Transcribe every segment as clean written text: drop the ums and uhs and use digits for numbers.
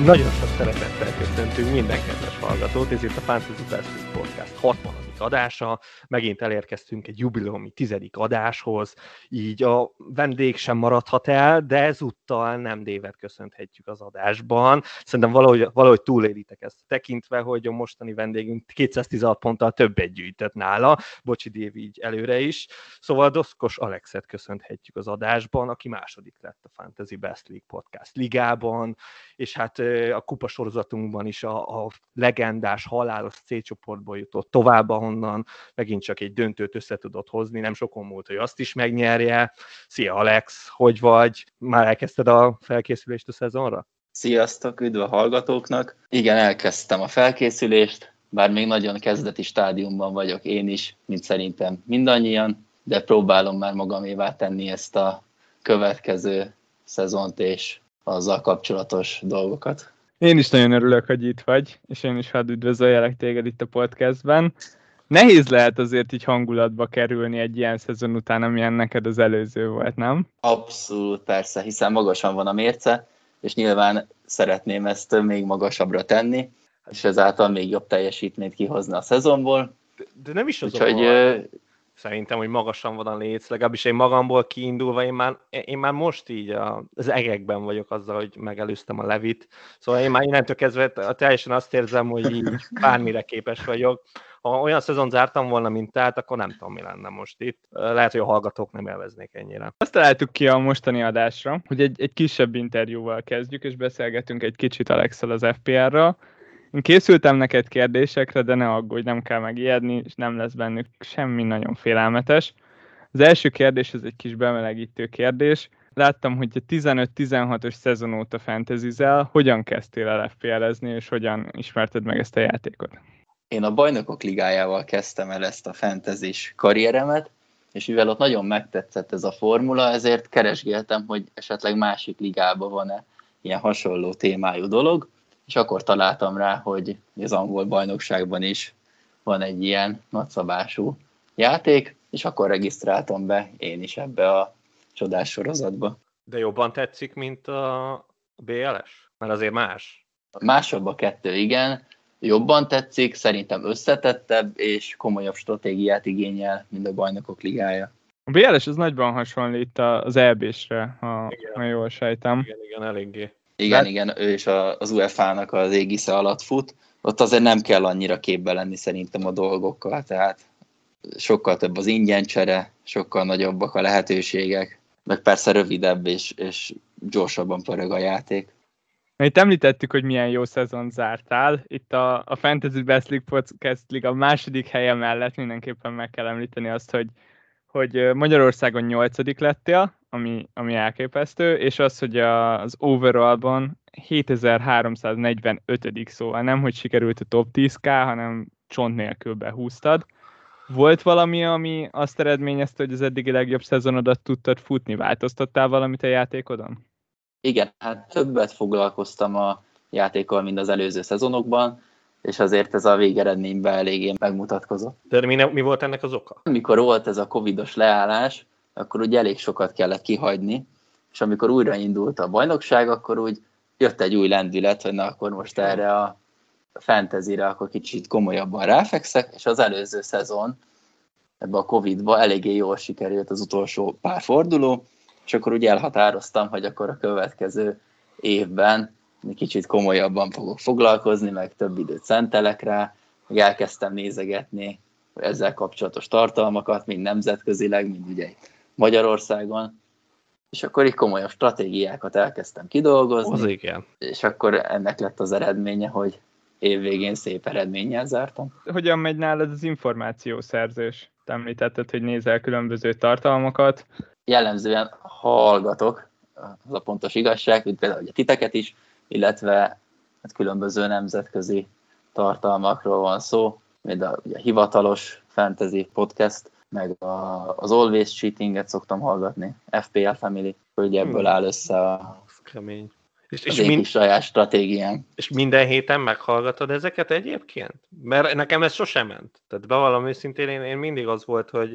Nagyon sok szeretettel köszöntünk minden kedves hallgatót, ez itt a Fantasy Basket Podcast 60. adása, megint elérkeztünk egy jubileumi 10. adáshoz, így a vendég sem maradhat el, de ezúttal nem Dévet köszönhetjük az adásban. Szerintem valahogy túlélitek ezt tekintve, hogy a mostani vendégünk 216 ponttal többet gyűjtött nála, bocsi Dév így előre is. Szóval Doszkos Alexet köszönhetjük az adásban, aki második lett a Fantasy Best League Podcast ligában, és hát a kupasorozatunkban is a legendás, halálos C csoportból jutott tovább, ahonnan megint csak egy döntőt össze tudott hozni, nem sokon múlt, hogy azt is megnyerje. Szia Alex, hogy vagy? Már elkezdted a felkészülést a szezonra? Sziasztok, üdv a hallgatóknak! Igen, elkezdtem a felkészülést, bár még nagyon kezdeti stádiumban vagyok én is, mint szerintem mindannyian, de próbálom már magamévá tenni ezt a következő szezont és azzal kapcsolatos dolgokat. Én is nagyon örülök, hogy itt vagy, és én is hadd üdvözöljelek téged itt a podcastben. Nehéz lehet azért így hangulatba kerülni egy ilyen szezon után, amilyen neked az előző volt, nem? Abszolút, persze, hiszen magasan van a mérce, és nyilván szeretném ezt még magasabbra tenni, és ezáltal még jobb teljesítményt kihozni a szezonból. De nem is az úgyhogy, szerintem, hogy magasan van a léc, legalábbis én magamból kiindulva, én már most így az egekben vagyok azzal, hogy megelőztem a Levit. Szóval én már innentől kezdve teljesen azt érzem, hogy így bármire képes vagyok. Ha olyan szezon zártam volna, mint tehát, akkor nem tudom, mi lenne most itt. Lehet, hogy a hallgatók nem élveznék ennyire. Azt találtuk ki a mostani adásra, hogy egy kisebb interjúval kezdjük, és beszélgetünk egy kicsit Alexszel az FPL-ről. Én készültem neked kérdésekre, de ne aggódj, nem kell megijedni, és nem lesz bennük semmi nagyon félelmetes. Az első kérdés, ez egy kis bemelegítő kérdés. Láttam, hogy a 15-16-os szezon óta fantasyzel, hogyan kezdtél el FPL-ezni, és hogyan ismerted meg ezt a játékot? Én a Bajnokok Ligájával kezdtem el ezt a fantasy-s karrieremet, és mivel ott nagyon megtetszett ez a formula, ezért keresgéltem, hogy esetleg másik ligában van-e ilyen hasonló témájú dolog, és akkor találtam rá, hogy az angol bajnokságban is van egy ilyen nagyszabású játék, és akkor regisztráltam be én is ebbe a csodás sorozatba. De jobban tetszik, mint a BLS? Mert azért más. Másabb a kettő, igen. Jobban tetszik, szerintem összetettebb és komolyabb stratégiát igényel, mint a Bajnokok Ligája. A BLS az nagyban hasonlít az EB-sre, ha jól sejtem. Igen, eléggé. Igen, ő is az UEFA-nak az égisze alatt fut. Ott azért nem kell annyira képbe lenni szerintem a dolgokkal, tehát sokkal több az ingyencsere, sokkal nagyobbak a lehetőségek, meg persze rövidebb és gyorsabban pörög a játék. Itt említettük, hogy milyen jó szezon zártál. Itt a Fantasy Best League Podcast Liga második helye mellett mindenképpen meg kell említeni azt, hogy Magyarországon 8. lettél, ami elképesztő, és az, hogy az overallban 7345. Szóval nem, hogy sikerült a top 10k, hanem csont nélkül behúztad. Volt valami, ami azt eredményezte, hogy az eddigi legjobb szezonodat tudtad futni? Változtattál valamit a játékodon? Igen, hát többet foglalkoztam a játékkal, mint az előző szezonokban, és azért ez a végeredményben eléggé megmutatkozott. De mi volt ennek az oka? Amikor volt ez a covidos leállás, akkor ugye elég sokat kellett kihagyni, és amikor újraindult a bajnokság, akkor úgy jött egy új lendület, hogy na akkor most erre a fantasyre akkor kicsit komolyabban ráfekszek, és az előző szezon ebbe a Covid-ba eléggé jól sikerült az utolsó pár forduló, és akkor úgy elhatároztam, hogy akkor a következő évben kicsit komolyabban fogok foglalkozni, meg több időt szentelek rá, meg elkezdtem nézegetni ezzel kapcsolatos tartalmakat, mind nemzetközileg, mind ugye Magyarországon, és akkor így komolyabb stratégiákat elkezdtem kidolgozni, igen. És akkor ennek lett az eredménye, hogy évvégén szép eredménnyel zártam. Hogyan megy nálad az információszerzés? Te említetted, hogy nézel különböző tartalmakat. Jellemzően hallgatok, az a pontos igazság, mint például ugye titeket is, illetve hát különböző nemzetközi tartalmakról van szó, például ugye a hivatalos fantasy podcast, meg az Always Cheating-et szoktam hallgatni, FPL Family, hogy ebből áll össze kemény. Az én kis saját stratégiám. És minden héten meghallgatod ezeket egyébként? Mert nekem ez sosem ment. Tehát bevallom őszintén, én mindig az volt, hogy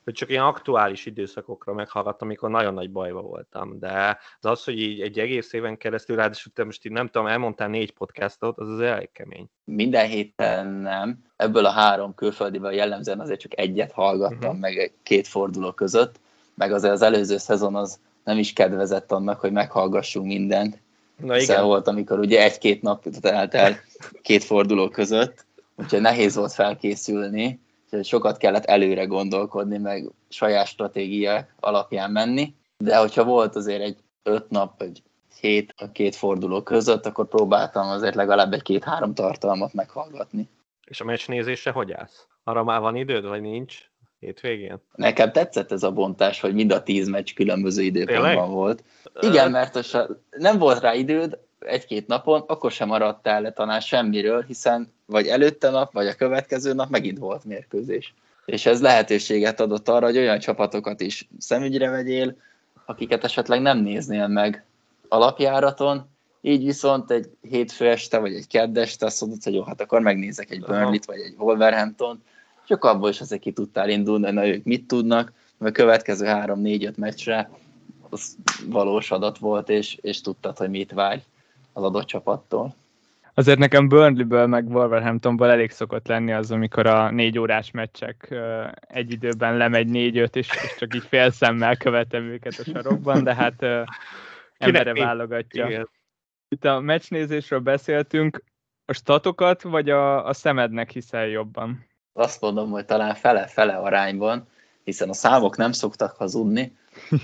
hogy csak ilyen aktuális időszakokra meghallgattam, amikor nagyon nagy bajba voltam, de az, hogy így egy egész éven keresztül, ráadásul te most így nem tudom, elmondtál 4 podcastot, az elég kemény. Minden héten nem. Ebből a 3 külföldiből jellemzően azért csak egyet hallgattam meg 2 forduló között, meg azért az előző szezon az nem is kedvezett annak, hogy meghallgassunk mindent. Na hiszen volt, amikor ugye 1-2 nap telt el 2 forduló között, úgyhogy nehéz volt felkészülni, úgyhogy sokat kellett előre gondolkodni, meg saját stratégiák alapján menni, de hogyha volt azért egy 5 nap, vagy 7 a 2 forduló között, akkor próbáltam azért legalább egy 2-3 tartalmat meghallgatni. És a meccsnézésre hogy állsz? Arra már van időd, vagy nincs? Hétvégén? Nekem tetszett ez a bontás, hogy mind a 10 meccs különböző időpontban volt. Igen, mert ha nem volt rá időd 1-2 napon, akkor sem maradtál le talán semmiről, hiszen vagy előtte nap, vagy a következő nap megint volt mérkőzés. És ez lehetőséget adott arra, hogy olyan csapatokat is szemügyre vegyél, akiket esetleg nem néznél meg alapjáraton, így viszont egy hétfő este, vagy egy kedd este azt mondod, hogy jó, hát akkor megnézek egy Burnley-t, vagy egy Wolverhamptont, és akkor abból is azért ki tudtál indulni, hogy na, ők mit tudnak, mert a következő 3-4-5 meccsre az valós adat volt, és tudtad, hogy mit várj az adott csapattól. Azért nekem Burnleyből meg Wolverhamptonból elég szokott lenni az, amikor a 4 órás meccsek egy időben lemegy 4-5, és csak így fél szemmel követem őket a sarokban, de hát emberre válogatja. Igen. Itt a meccsnézésről beszéltünk, a statokat vagy a szemednek hiszel jobban? Azt mondom, hogy talán fele-fele arányban, hiszen a számok nem szoktak hazudni,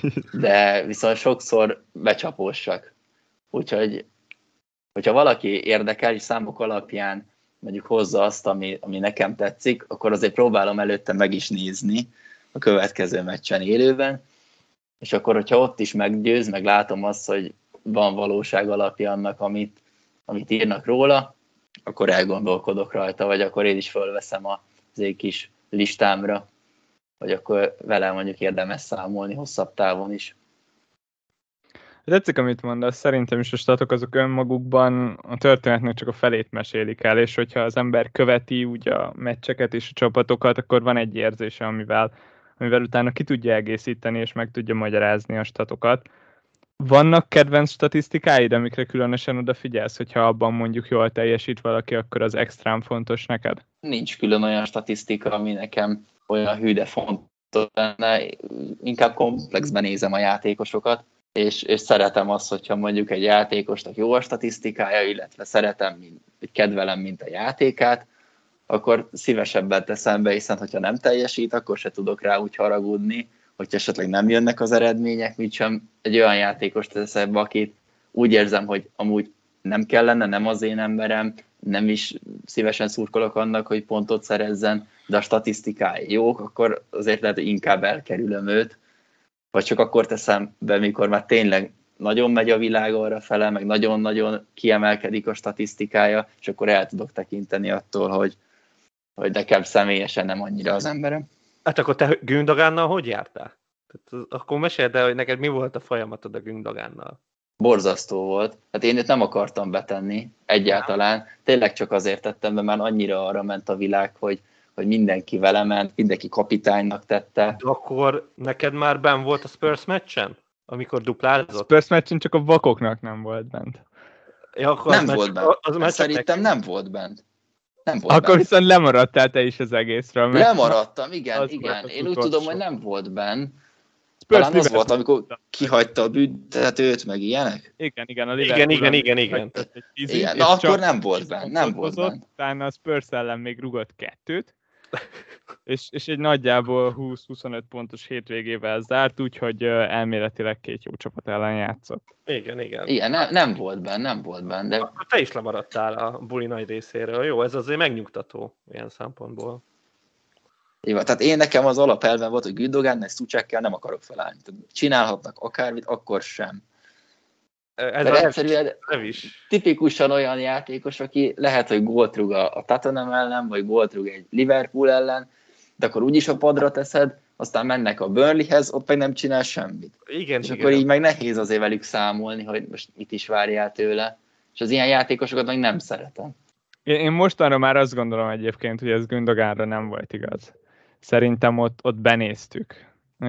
de viszont sokszor becsapósak. Úgyhogy, hogyha valaki érdekel, és számok alapján mondjuk hozza azt, ami nekem tetszik, akkor azért próbálom előtte meg is nézni a következő meccsen élőben, és akkor, hogyha ott is meggyőz, meg látom azt, hogy van valóság alapja annak, amit írnak róla, akkor elgondolkodok rajta, vagy akkor én is fölveszem az egy kis listámra, vagy akkor vele mondjuk érdemes számolni hosszabb távon is. Tetszik, amit mondasz, szerintem is a statok azok önmagukban a történetnek csak a felét mesélik el, és hogyha az ember követi úgy a meccseket és a csapatokat, akkor van egy érzése, amivel utána ki tudja egészíteni, és meg tudja magyarázni a statokat. Vannak kedvenc statisztikáid, amikre különösen odafigyelsz, hogyha abban mondjuk jól teljesít valaki, akkor az extrán fontos neked? Nincs külön olyan statisztika, ami nekem olyan hű, de fontos lenne. Inkább komplexben nézem a játékosokat, és szeretem azt, hogyha mondjuk egy játékosnak jó a statisztikája, illetve szeretem, kedvelem, mint a játékát, akkor szívesebben teszem be, hiszen hogyha nem teljesít, akkor se tudok rá úgy haragudni, hogyha esetleg nem jönnek az eredmények, mint sem egy olyan játékost teszem be, akit úgy érzem, hogy amúgy nem kellene, nem az én emberem, nem is szívesen szurkolok annak, hogy pontot szerezzen, de a statisztikái jók, akkor azért lehet, hogy inkább elkerülöm őt, vagy csak akkor teszem be, mikor már tényleg nagyon megy a világ arra fele, meg nagyon-nagyon kiemelkedik a statisztikája, és akkor el tudok tekinteni attól, hogy nekem személyesen nem annyira az emberem. Hát akkor te Gündogánnal hogy jártál? Tehát akkor meséld el, hogy neked mi volt a folyamatod a Gündogánnal? Borzasztó volt. Hát én itt nem akartam betenni egyáltalán. Tényleg csak azért tettem be, mert annyira arra ment a világ, hogy mindenki vele ment, mindenki kapitánynak tette. De akkor neked már benn volt a Spurs meccsen? Amikor duplázott? A Spurs meccsen csak a vakoknak nem volt bent. Ja, akkor nem volt bent. Szerintem nem volt bent. Akkor viszont lemaradtál te is az egészről. Lemaradtam, igen. Én úgy tudom, hogy nem volt bent. Talán az volt, amikor kihagyta a büntetőt, meg ilyenek? Igen. Igen. Na, akkor nem volt bent. Utána a Spurs ellen még rugott 2-t, és egy nagyjából 20-25 pontos hétvégével zárt, úgyhogy elméletileg 2 jó csapat ellen játszott. Igen, nem volt bent. De... Akkor te is lemaradtál a buli nagy részéről. Jó, ez azért megnyugtató ilyen szempontból. Jó, tehát nekem az alapelven volt, hogy Gündogánnal, Szucsekkel nem akarok felállni. Tehát csinálhatnak akármit, akkor sem. Ez egyszerűen tipikusan olyan játékos, aki lehet, hogy gólt rúg a Tottenham ellen, vagy gólt rúg egy Liverpool ellen, de akkor úgyis a padra teszed, aztán mennek a Burnleyhez, ott meg nem csinál semmit. Igen. Akkor így meg nehéz azért velük számolni, hogy most mit is várjál tőle. És az ilyen játékosokat meg nem szeretem. Én mostanra már azt gondolom egyébként, hogy ez Gündogánra nem volt igaz. szerintem ott benéztük.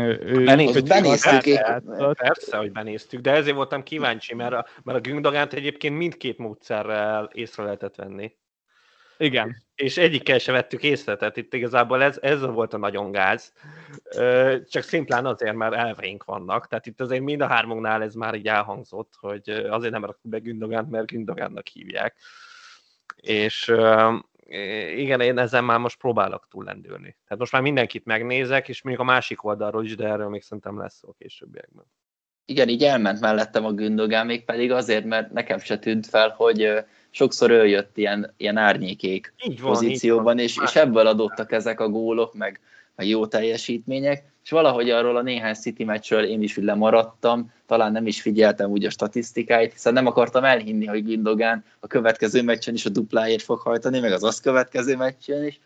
Benéztük. Persze, hogy benéztük, de ezért voltam kíváncsi, mert a Gündogánt egyébként mindkét módszerrel észre lehetett venni. Igen. És egyikkel se vettük észre, tehát itt igazából ez volt a nagyon gáz. Csak szimplán azért, mert elveink vannak, tehát itt azért mind a hármunknál ez már így elhangzott, hogy azért nem raktuk be Gündogánt, mert Gündogánnak hívják. És igen, én ezen már most próbálok túllendülni. Tehát most már mindenkit megnézek, és mondjuk a másik oldalról is, de erről még szerintem lesz szó későbbiekben. Igen, így elment mellettem a Gündogán, még pedig azért, mert nekem se tűnt fel, hogy sokszor ő jött ilyen árnyékék pozícióban, és ebből adottak ezek a gólok, meg jó teljesítmények, és valahogy arról a néhány City meccsről én is úgy lemaradtam, talán nem is figyeltem úgy a statisztikáit, hiszen nem akartam elhinni, hogy Gündogán a következő meccsen is a dupláért fog hajtani, meg az azt következő meccsen is,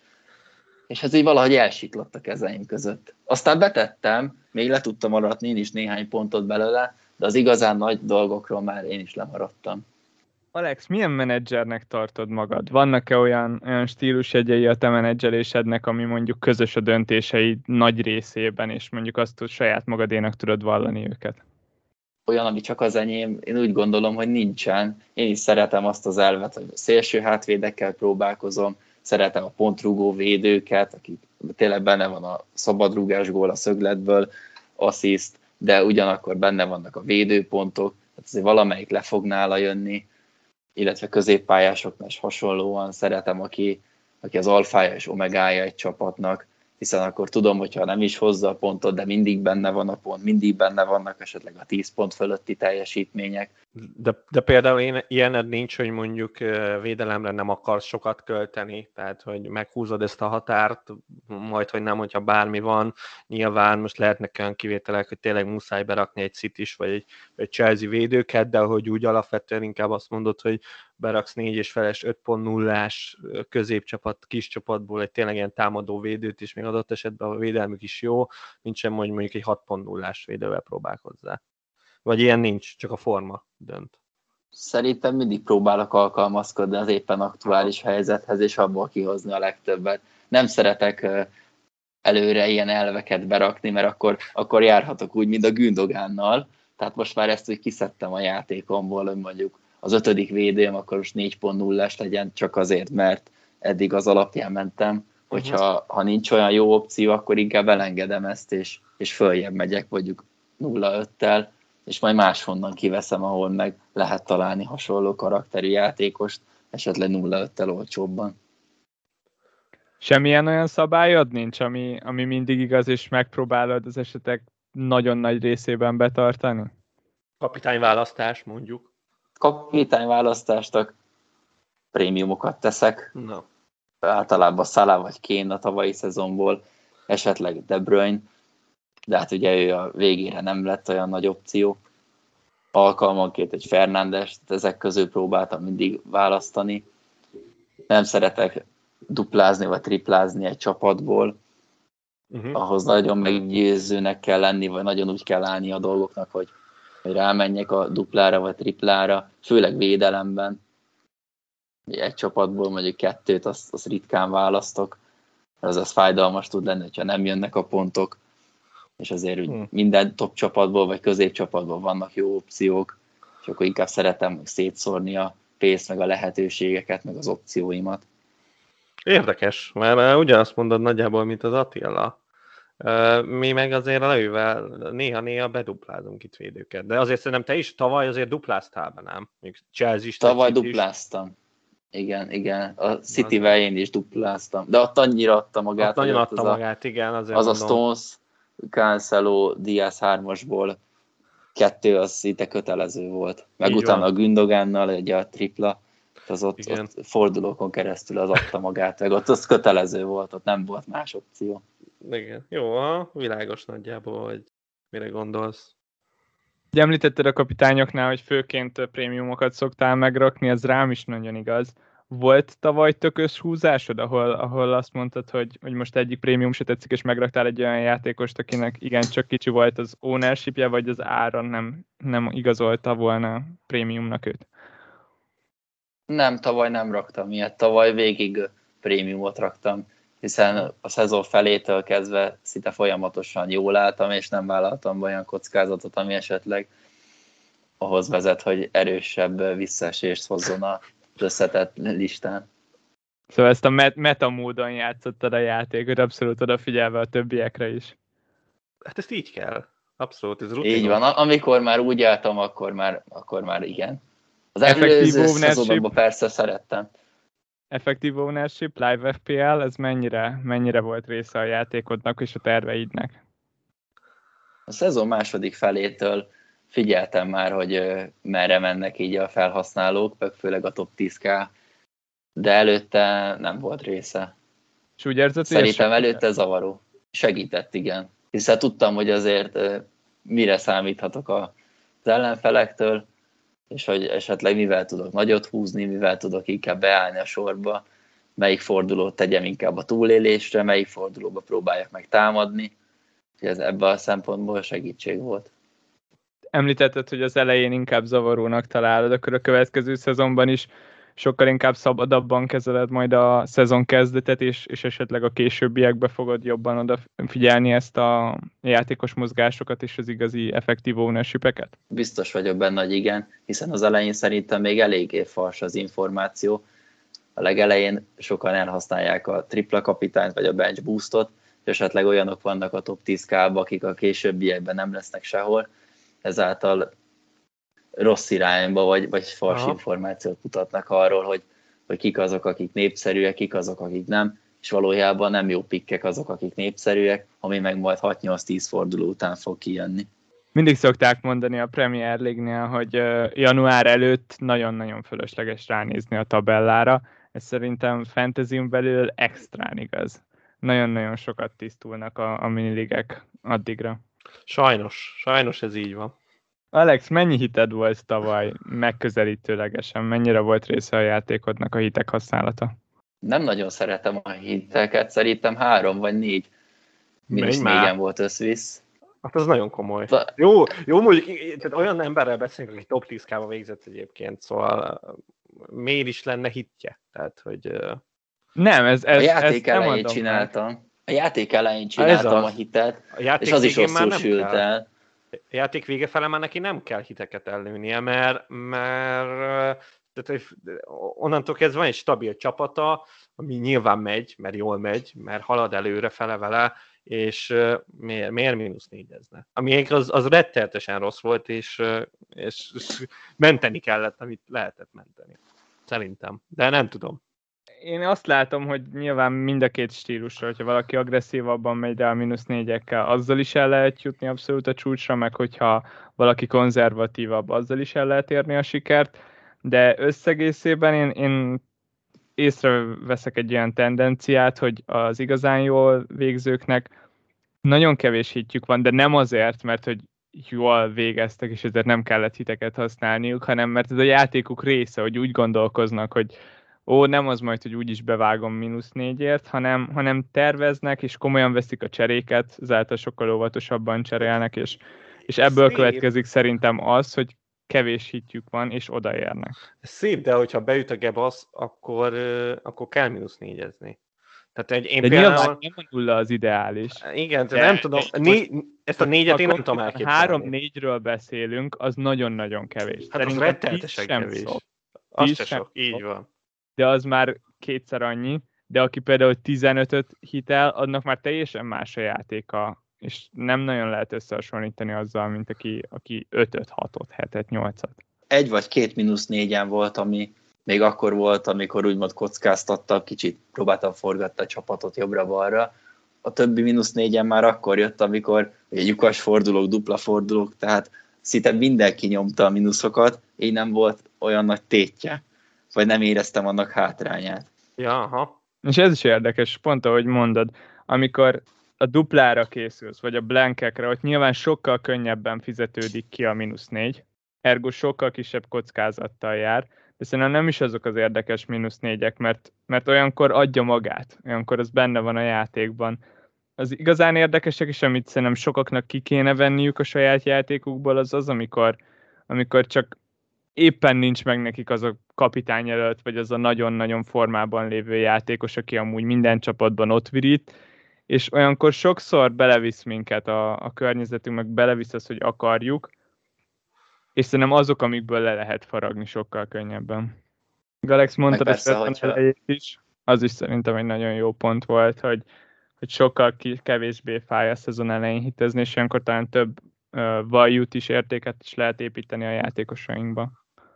és ez így valahogy elsiklott a kezeim között. Aztán betettem, még le tudtam aratni én is néhány pontot belőle, de az igazán nagy dolgokról már én is lemaradtam. Alex, milyen menedzsernek tartod magad? Vannak-e olyan stílusjegyei a te menedzselésednek, ami mondjuk közös a döntéseid nagy részében, és mondjuk azt, hogy saját magadénak tudod vallani őket? Olyan, ami csak az enyém, én úgy gondolom, hogy nincsen. Én is szeretem azt az elvet, hogy a szélső hátvédekkel próbálkozom, szeretem a pontrugó védőket, akik tényleg benne van a szabadrúgás gól a szögletből, assziszt, de ugyanakkor benne vannak a védőpontok, tehát azért valamelyik le fog nála jönni, illetve középpályásoknál is hasonlóan szeretem, aki az alfája és omegája egy csapatnak, hiszen akkor tudom, hogyha nem is hozza a pontot, de mindig benne van a pont, mindig benne vannak esetleg a 10 pont fölötti teljesítmények. De például ilyened nincs, hogy mondjuk védelemre nem akarsz sokat költeni, tehát hogy meghúzod ezt a határt, majd hogy nem, hogyha bármi van. Nyilván most lehetnek olyan kivételek, hogy tényleg muszáj berakni egy City-s vagy egy Chelsea védőket, de hogy úgy alapvetően inkább azt mondod, hogy beraksz 4,5-es 5.0-ás középcsapat, kis csapatból egy tényleg ilyen támadó védőt is, még adott esetben a védelmük is jó, nincsen mondjuk egy 6.0-ás védővel próbálkozzá. Vagy ilyen nincs, csak a forma dönt. Szerintem mindig próbálok alkalmazkodni az éppen aktuális helyzethez, és abból kihozni a legtöbbet. Nem szeretek előre ilyen elveket berakni, mert akkor járhatok úgy, mint a Gündogánnal. Tehát most már ezt úgy kiszedtem a játékomból, hogy mondjuk az 5. védőm akkor most 4.0-es legyen, csak azért, mert eddig az alapján mentem. Hogyha nincs olyan jó opció, akkor inkább elengedem ezt, és följebb megyek mondjuk 0-5-tel, és majd máshonnan kiveszem, ahol meg lehet találni hasonló karakterű játékost, esetleg 0-5-tel olcsóbban. Semmilyen olyan szabályod nincs, ami mindig igaz, és megpróbálod az esetek nagyon nagy részében betartani? Kapitányválasztás, mondjuk. Kapitányválasztástak prémiumokat teszek. No. Általában Salah vagy Kane a tavalyi szezonból, esetleg De Bruyne, de hát ugye ő a végére nem lett olyan nagy opció. Alkalmanként egy Fernandes, ezek közül próbáltam mindig választani. Nem szeretek duplázni vagy triplázni egy csapatból. Ahhoz nagyon meggyőzőnek kell lenni, vagy nagyon úgy kell állni a dolgoknak, hogy rámenjek a duplára vagy triplára, főleg védelemben. Egy csapatból mondjuk 2-t, azt ritkán választok. Az fájdalmas tud lenni, hogyha nem jönnek a pontok. És azért úgy minden top csapatból vagy középcsapatból vannak jó opciók, és akkor inkább szeretem szétszórni a pénzt, meg a lehetőségeket, meg az opcióimat. Érdekes, mert ugyanazt mondod nagyjából, mint az Attila. Mi meg azért a Lővel néha-néha beduplázunk itt védőket. De azért szerintem te is tavaly azért dupláztál be, nem? Még Chelsea is. Tavaly dupláztam. Igen. A Cityvel én is dupláztam. De ott annyira adta magát. Ott nagyon adta magát, igen. Azért az mondom. A Stones, Cancelo, Diaz 3-asból 2 az szinte kötelező volt. Meg így utána van. A Gündogánnal egy a tripla, az ott fordulókon keresztül az adta magát, meg ott az kötelező volt, ott nem volt más opció. Igen. Jó, világos nagyjából, hogy mire gondolsz. Ugye említetted a kapitányoknál, hogy főként prémiumokat szoktál megrakni, ez rám is nagyon igaz. Volt tavaly tökös húzásod, ahol azt mondtad, hogy most egyik prémium se tetszik, és megraktál egy olyan játékost, akinek igencsak kicsi volt az ownershipje, vagy az ára nem igazolta volna prémiumnak őt? Nem, tavaly nem raktam ilyet. Tavaly végig prémiumot raktam. hiszen a szezon felétől kezdve szinte folyamatosan jól álltam, és nem vállaltam be olyan kockázatot, ami esetleg ahhoz vezet, hogy erősebb visszaesést hozzon az összetett listán. Szóval ezt a meta módon játszottad a játékot, abszolút odafigyelve a többiekre is. Hát ezt így kell. Abszolút, ez rutinos. Így van, amikor már úgy álltam, akkor már igen. Az előző szezonban persze szerettem. Effective ownership, live FPL, ez mennyire volt része a játékodnak és a terveidnek? A szezon második felétől figyeltem már, hogy merre mennek így a felhasználók, főleg a top 10K, de előtte nem volt része. És úgy érzed, szerintem előtte zavaró. Segített, igen. Hiszen tudtam, hogy azért mire számíthatok az ellenfelektől, és hogy esetleg mivel tudok nagyot húzni, mivel tudok inkább beállni a sorba, melyik fordulót tegyem inkább a túlélésre, melyik fordulóba próbáljak meg támadni. Ez ebben a szempontból segítség volt. Említetted, hogy az elején inkább zavarónak találod, akkor a következő szezonban is sokkal inkább szabadabban kezeled majd a szezon kezdetet, és esetleg a későbbiekbe fogod jobban odafigyelni ezt a játékos mozgásokat és az igazi effective ownership-eket? Biztos vagyok benne, hogy igen, hiszen az elején szerintem még eléggé fals az információ. A legelején sokan elhasználják a tripla kapitányt vagy a bench boostot, és esetleg olyanok vannak a top 10K-ba, akik a későbbiekben nem lesznek sehol, ezáltal rossz irányba, vagy fals információt mutatnak arról, hogy kik azok, akik népszerűek, kik azok, akik nem, és valójában nem jó pikkek azok, akik népszerűek, ami meg majd 6-8-10 forduló után fog kijönni. Mindig szokták mondani a Premier League-nél, hogy január előtt nagyon-nagyon fölösleges ránézni a tabellára. Ez szerintem fantasy-n belül extrán igaz. Nagyon-nagyon sokat tisztulnak a miniligek addigra. Sajnos ez így van. Alex, mennyi hited volt tavaly megközelítőlegesen? Mennyire volt része a játékodnak a hitek használata? Nem nagyon szeretem a hiteket, szerintem 3 vagy 4 -4 volt összvisz. Hát az nagyon komoly. Jó, mondjuk tehát olyan emberrel beszélünk, aki top 10K-ba végzett egyébként, szóval miért is lenne hitje? Tehát, hogy... Nem, ez a játék elején csináltam. A játék elején csináltam a hitet, és az is rosszul sült el. A játék vége fele már neki nem kell hiteket előnie, mert tehát, onnantól kezdve van egy stabil csapata, ami nyilván megy, mert jól megy, mert halad előre fele vele, és miért -4-ezne? Ami az rettenetesen rossz volt, és menteni kellett, amit lehetett menteni. Szerintem. De nem tudom. Én azt látom, hogy nyilván mind a két stílusra, hogyha valaki agresszívabban megy rá a -4-ekkel, azzal is el lehet jutni abszolút a csúcsra, meg hogyha valaki konzervatívabb, azzal is el lehet érni a sikert, de összegészében én észreveszek egy olyan tendenciát, hogy az igazán jól végzőknek nagyon kevés hitjük van, de nem azért, mert hogy jól végeztek, és ezért nem kellett hiteket használniuk, hanem mert ez a játékuk része, hogy úgy gondolkoznak, hogy nem az majd, hogy úgyis bevágom -4-ért, hanem terveznek, és komolyan veszik a cseréket, ezáltal sokkal óvatosabban cserélnek, és ebből következik szerintem az, hogy kevés hitjük van, és odaérnek. Szép, de hogyha beüt a gebasz, akkor kell -4-ezni. Tehát de nyilván nem a 0 az ideális. Igen, de nem tudom, ezt a 4-et én nem tudom elképzelni. 3-4-ről beszélünk, az nagyon-nagyon kevés. Hát az rettenetesen kevés. Az se sok, így van. De az már kétszer annyi, de aki például 15-öt hitel, annak már teljesen más a játéka, és nem nagyon lehet összehasonlítani azzal, mint aki 5-öt, 6-ot, 7-et, 8-at. 1 vagy 2 -4-en volt, ami még akkor volt, amikor úgymond kockáztatta, kicsit próbáltam forgatni a csapatot jobbra-balra. A többi -4-en már akkor jött, amikor ugye lyukas fordulók, dupla fordulók, tehát szinte mindenki nyomta a mínuszokat, így nem volt olyan nagy tétje, vagy nem éreztem annak hátrányát. Ja, aha. És ez is érdekes, pont ahogy mondod, amikor a duplára készülsz, vagy a blankekre, ott nyilván sokkal könnyebben fizetődik ki a -4, ergo sokkal kisebb kockázattal jár, de szerintem nem is azok az érdekes -4-ek, mert olyankor adja magát, olyankor az benne van a játékban. Az igazán érdekesek is, amit szerintem sokaknak ki kéne venniük a saját játékukból, az, amikor csak éppen nincs meg nekik az a kapitányjelölt, vagy az a nagyon-nagyon formában lévő játékos, aki amúgy minden csapatban ott virít, és olyankor sokszor belevisz minket a környezetünk, meg belevisz azt, hogy akarjuk, és szerintem azok, amikből le lehet faragni sokkal könnyebben. Galex mondta a szezon elejét is, az is szerintem egy nagyon jó pont volt, hogy sokkal kevésbé fáj a szezon elején hitezni, és olyankor talán több value-t is, értéket is lehet építeni a játékosainkba.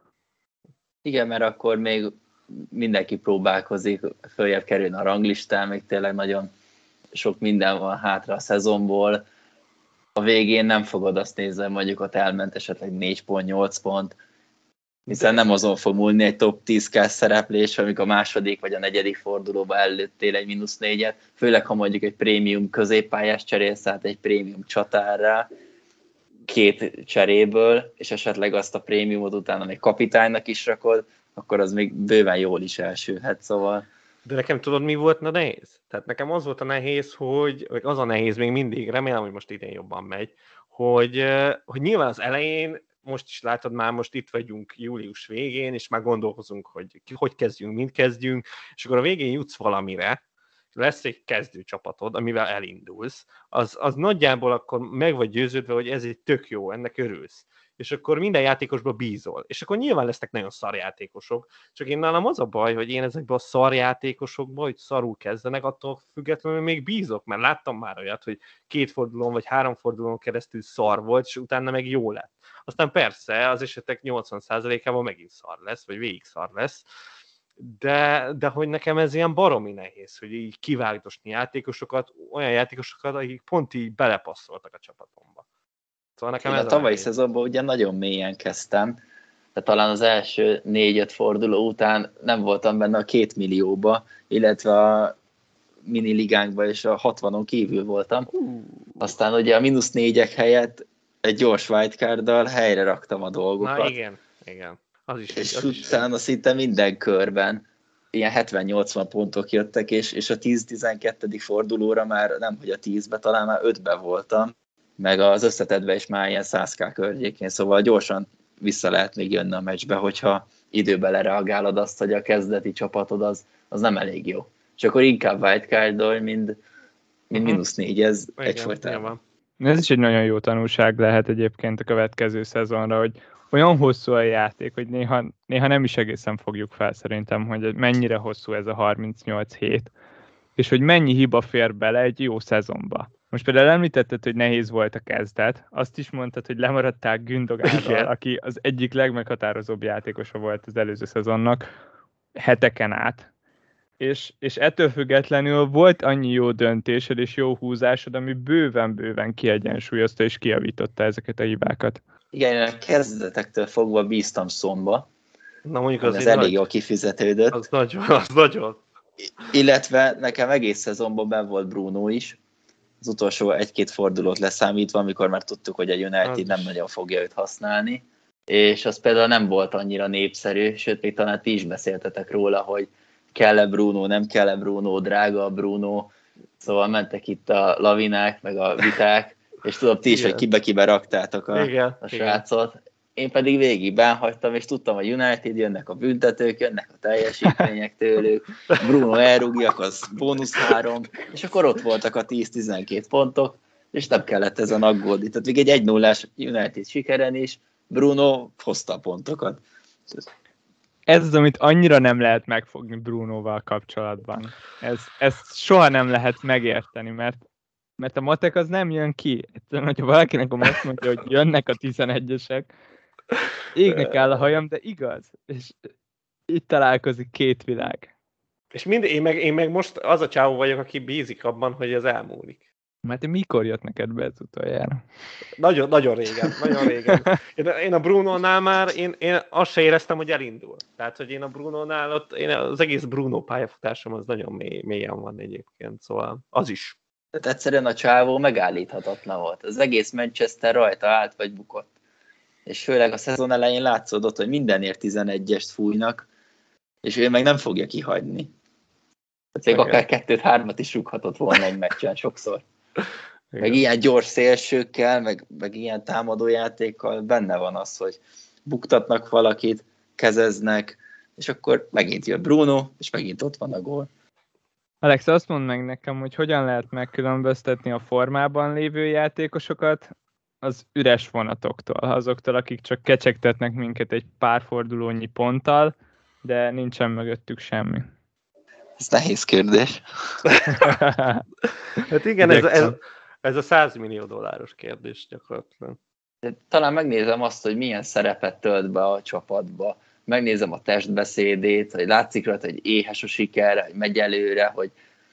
Igen, mert akkor még mindenki próbálkozik följebb kerülni a ranglistán, még tényleg nagyon sok minden van hátra a szezonból. A végén nem fogod azt nézni, mondjuk ott elment esetleg 4 pont, 8 pont, hiszen nem azon fog múlni egy top 10-kás szereplés, amikor a második vagy a negyedik fordulóba előttél egy -4-et, főleg ha mondjuk egy prémium középpályás cserélsz át egy prémium csatárra, 2 cseréből, és esetleg azt a prémiumot utána még kapitánynak is rakod, akkor az még bőven jól is elsülhet, szóval. De nekem tudod, mi volt nehéz? Tehát nekem az volt a nehéz, vagy az a nehéz még mindig, remélem, hogy most idén jobban megy, hogy nyilván az elején, most is látod, már most itt vagyunk július végén, és már gondolkozunk, hogy kezdjünk, mint kezdjünk, és akkor a végén jutsz valamire, lesz egy kezdőcsapatod, amivel elindulsz, az nagyjából akkor meg vagy győződve, hogy ez egy tök jó, ennek örülsz. És akkor minden játékosba bízol. És akkor nyilván lesznek nagyon szarjátékosok, csak én nálam az a baj, hogy én ezekben a szarjátékosokban, hogy szarul kezdenek, attól függetlenül még bízok, mert láttam már olyat, hogy 2 fordulón vagy 3 fordulón keresztül szar volt, és utána meg jó lett. Aztán persze az esetek 80%-ában megint szar lesz, vagy végig szar lesz, de hogy nekem ez ilyen baromi nehéz, hogy így kivágdosni játékosokat, olyan játékosokat, akik pont így belepasszoltak a csapatomba. Szóval nekem én a tavalyi szezonban ugye nagyon mélyen kezdtem, de talán az első 4-5 forduló után nem voltam benne a 2 millióba, illetve a mini ligánkban és a 60-on kívül voltam. Aztán ugye a -4-ek helyett egy gyors wildcarddal helyre raktam a dolgokat. Na igen. Az is, és utána szinte minden körben ilyen 70-80 pontok jöttek, és a 10-12. fordulóra már nem, hogy a 10-be, talán már 5-be voltam, meg az összetettbe is már ilyen 100k környékén, szóval gyorsan vissza lehet még jönni a meccsbe, hogyha időben lereagálod azt, hogy a kezdeti csapatod az nem elég jó. És akkor inkább wildcard-dol, mint -4, ez egyfolytában. Ez is egy nagyon jó tanulság lehet egyébként a következő szezonra, hogy olyan hosszú a játék, hogy néha nem is egészen fogjuk fel szerintem, hogy mennyire hosszú ez a 38 hét, és hogy mennyi hiba fér bele egy jó szezonba. Most például említetted, hogy nehéz volt a kezdet, azt is mondtad, hogy lemaradtál Gündogánról, aki az egyik legmeghatározóbb játékosa volt az előző szezonnak heteken át. És ettől függetlenül volt annyi jó döntésed és jó húzásod, ami bőven kiegyensúlyozta és kijavította ezeket a hibákat. Igen, a kezdetektől fogva bíztam Sonba. Na mondjuk az elég jól kifizetődött. Az nagyon. Illetve nekem egész szezonban benn volt Bruno is. Az utolsó 1-2 fordulót leszámítva, amikor már tudtuk, hogy a United nem nagyon fogja őt használni. És az például nem volt annyira népszerű, sőt, még talán ti is beszéltetek róla, hogy kell-e Bruno, nem kell-e Bruno, drága a Bruno. Szóval mentek itt a lavinák, meg a viták, és tudom ti is, hogy kibe-kibe raktátok a srácot. Én pedig végig bánhagytam, és tudtam, hogy United jönnek a büntetők, jönnek a teljesítmények tőlük, Bruno elrúgjak, az -3, és akkor ott voltak a 10-12 pontok, és nem kellett ezen aggódni. Tehát még egy 1-0-ás United sikeren is Bruno hozta a pontokat. Ez az, amit annyira nem lehet megfogni Brunoval kapcsolatban. Ezt soha nem lehet megérteni, mert a matek az nem jön ki. Egyszerűen, hogyha valakinek azt mondja, hogy jönnek a 11-esek, égnek áll a hajam, de igaz. És itt találkozik két világ. És én meg most az a csávó vagyok, aki bízik abban, hogy ez elmúlik. Mert mikor jött neked be ez utoljára? Nagyon régen. Én a Brunónál már, én azt se éreztem, hogy elindul. Tehát, hogy én a Brunónál, az egész Bruno pályafutásom az nagyon mélyen van egyébként, szóval az is. Tehát egyszerűen a csávó megállíthatatlan volt. Az egész Manchester rajta állt vagy bukott. És főleg a szezon elején látszódott, hogy mindenért 11-est fújnak, és ő meg nem fogja kihagyni. Még akár 2-3-at is rúghatott volna egy meccsen sokszor. Meg ilyen gyors szélsőkkel, meg ilyen támadójátékkal benne van az, hogy buktatnak valakit, kezeznek, és akkor megint jön Bruno, és megint ott van a gól. Alex, azt mondd meg nekem, hogy hogyan lehet megkülönböztetni a formában lévő játékosokat az üres vonatoktól, azoktól, akik csak kecsegtetnek minket egy pár fordulónyi ponttal, de nincsen mögöttük semmi. Ez nehéz kérdés. Hát igen, ez a $100 millió kérdés gyakorlatilag. De talán megnézem azt, hogy milyen szerepet tölt be a csapatba. Megnézem a testbeszédét, hogy látszik rajta, hogy éhes a sikerre, hogy megy előre, hogy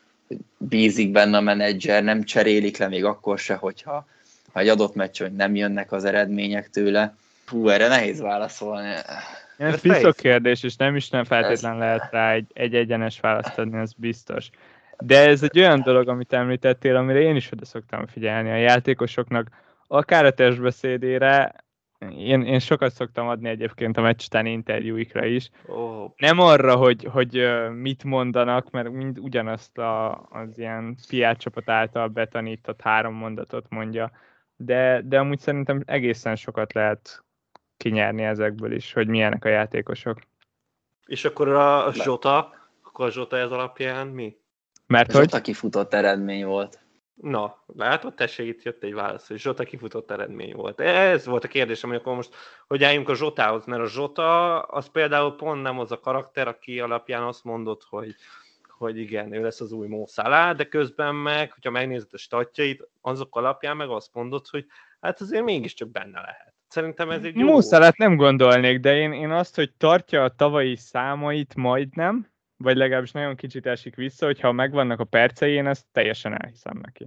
bízik benne a menedzser, nem cserélik le még akkor se, hogyha egy adott meccs, hogy nem jönnek az eredmények tőle. Hú, erre nehéz válaszolni. Ez piszok kérdés, és nem feltétlenül lehet rá egy egyenes választ adni, ez biztos. De ez egy olyan dolog, amit említettél, amire én is oda szoktam figyelni a játékosoknak, akár a testbeszédére, én sokat szoktam adni egyébként a meccs utáni interjúikra is. Oh. Nem arra, hogy mit mondanak, mert mind ugyanazt az ilyen PR csapat által betanított 3 mondatot mondja, de amúgy szerintem egészen sokat lehet kinyerni ezekből is, hogy milyenek a játékosok. És akkor a Zsota ez alapján mi? Mert Zsota kifutott eredmény volt. Na, látod, tessék, itt jött egy válasz, hogy Zsota kifutott eredmény volt. Ez volt a kérdésem, hogy akkor most hogy álljunk a Zsotához, mert a Zsota az például pont nem az a karakter, aki alapján azt mondott, hogy igen, ő lesz az új Mo Salah, de közben meg, hogyha megnézed a statjait, azok alapján meg azt mondod, hogy hát azért mégiscsak benne lehet. Szerintem ez egy jó... Mo Salahot nem gondolnék, de én azt, hogy tartja a tavalyi számait majdnem, vagy legalábbis nagyon kicsit esik vissza, hogyha megvannak a percei, én ezt teljesen elhiszem neki.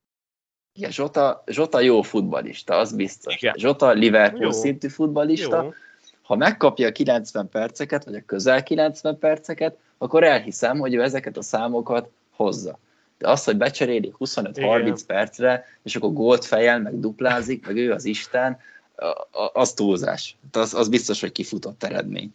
Igen, Zsota jó futballista, az biztos. Igen. Zsota Liverpool Jó. szintű futballista. Jó. Ha megkapja a 90 perceket, vagy a közel 90 perceket, akkor elhiszem, hogy ő ezeket a számokat hozza. De az, hogy becserélik 25-30 percre, és akkor gólt fejel, meg duplázik, meg ő az Isten, az túlzás. Az biztos, hogy kifutott eredmény.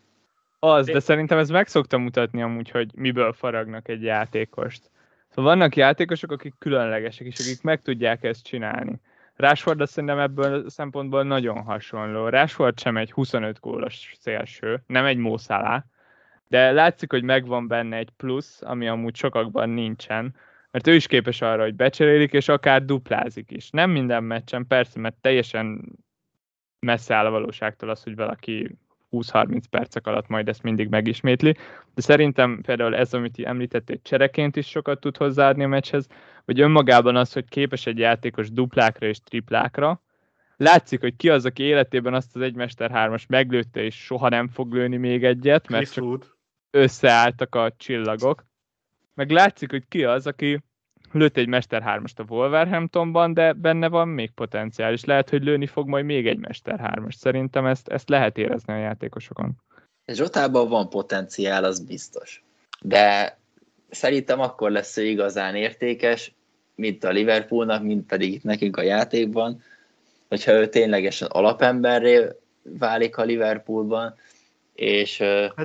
De szerintem ez meg szokta mutatni amúgy, hogy miből faragnak egy játékost. Szóval vannak játékosok, akik különlegesek, és akik meg tudják ezt csinálni. Rashford azt szerintem ebből a szempontból nagyon hasonló. Rashford sem egy 25 gólos szélső, nem egy Mo Salah, de látszik, hogy megvan benne egy plusz, ami amúgy sokakban nincsen, mert ő is képes arra, hogy becserélik, és akár duplázik is. Nem minden meccsen, persze, mert teljesen messze áll a valóságtól az, hogy valaki 20-30 percek alatt majd ezt mindig megismétli, de szerintem például ez, amit említettél, csereként is sokat tud hozzáadni a meccshez, vagy önmagában az, hogy képes egy játékos duplákra és triplákra. Látszik, hogy ki az, aki életében azt az 1m3-as meglőtte, és soha nem fog lőni még egyet, mert csak összeálltak a csillagok. Meg látszik, hogy ki az, aki lőtt egy Mester 3-ast a Wolverhamptonban, de benne van még potenciál, és lehet, hogy lőni fog majd még egy Mester 3-ast. Szerintem ezt lehet érezni a játékosokon. Zsotában van potenciál, az biztos. De szerintem akkor lesz ő igazán értékes, mint a Liverpoolnak, mint pedig itt nekünk a játékban, hogyha ő ténylegesen alapemberré válik a Liverpoolban, és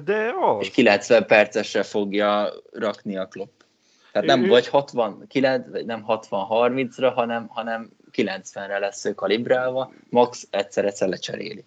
90 percesre fogja rakni a Klopp. Tehát nem vagy 69, vagy nem 60-30-ra, hanem 90-re lesz ő kalibrálva, max egyszer lecseréli.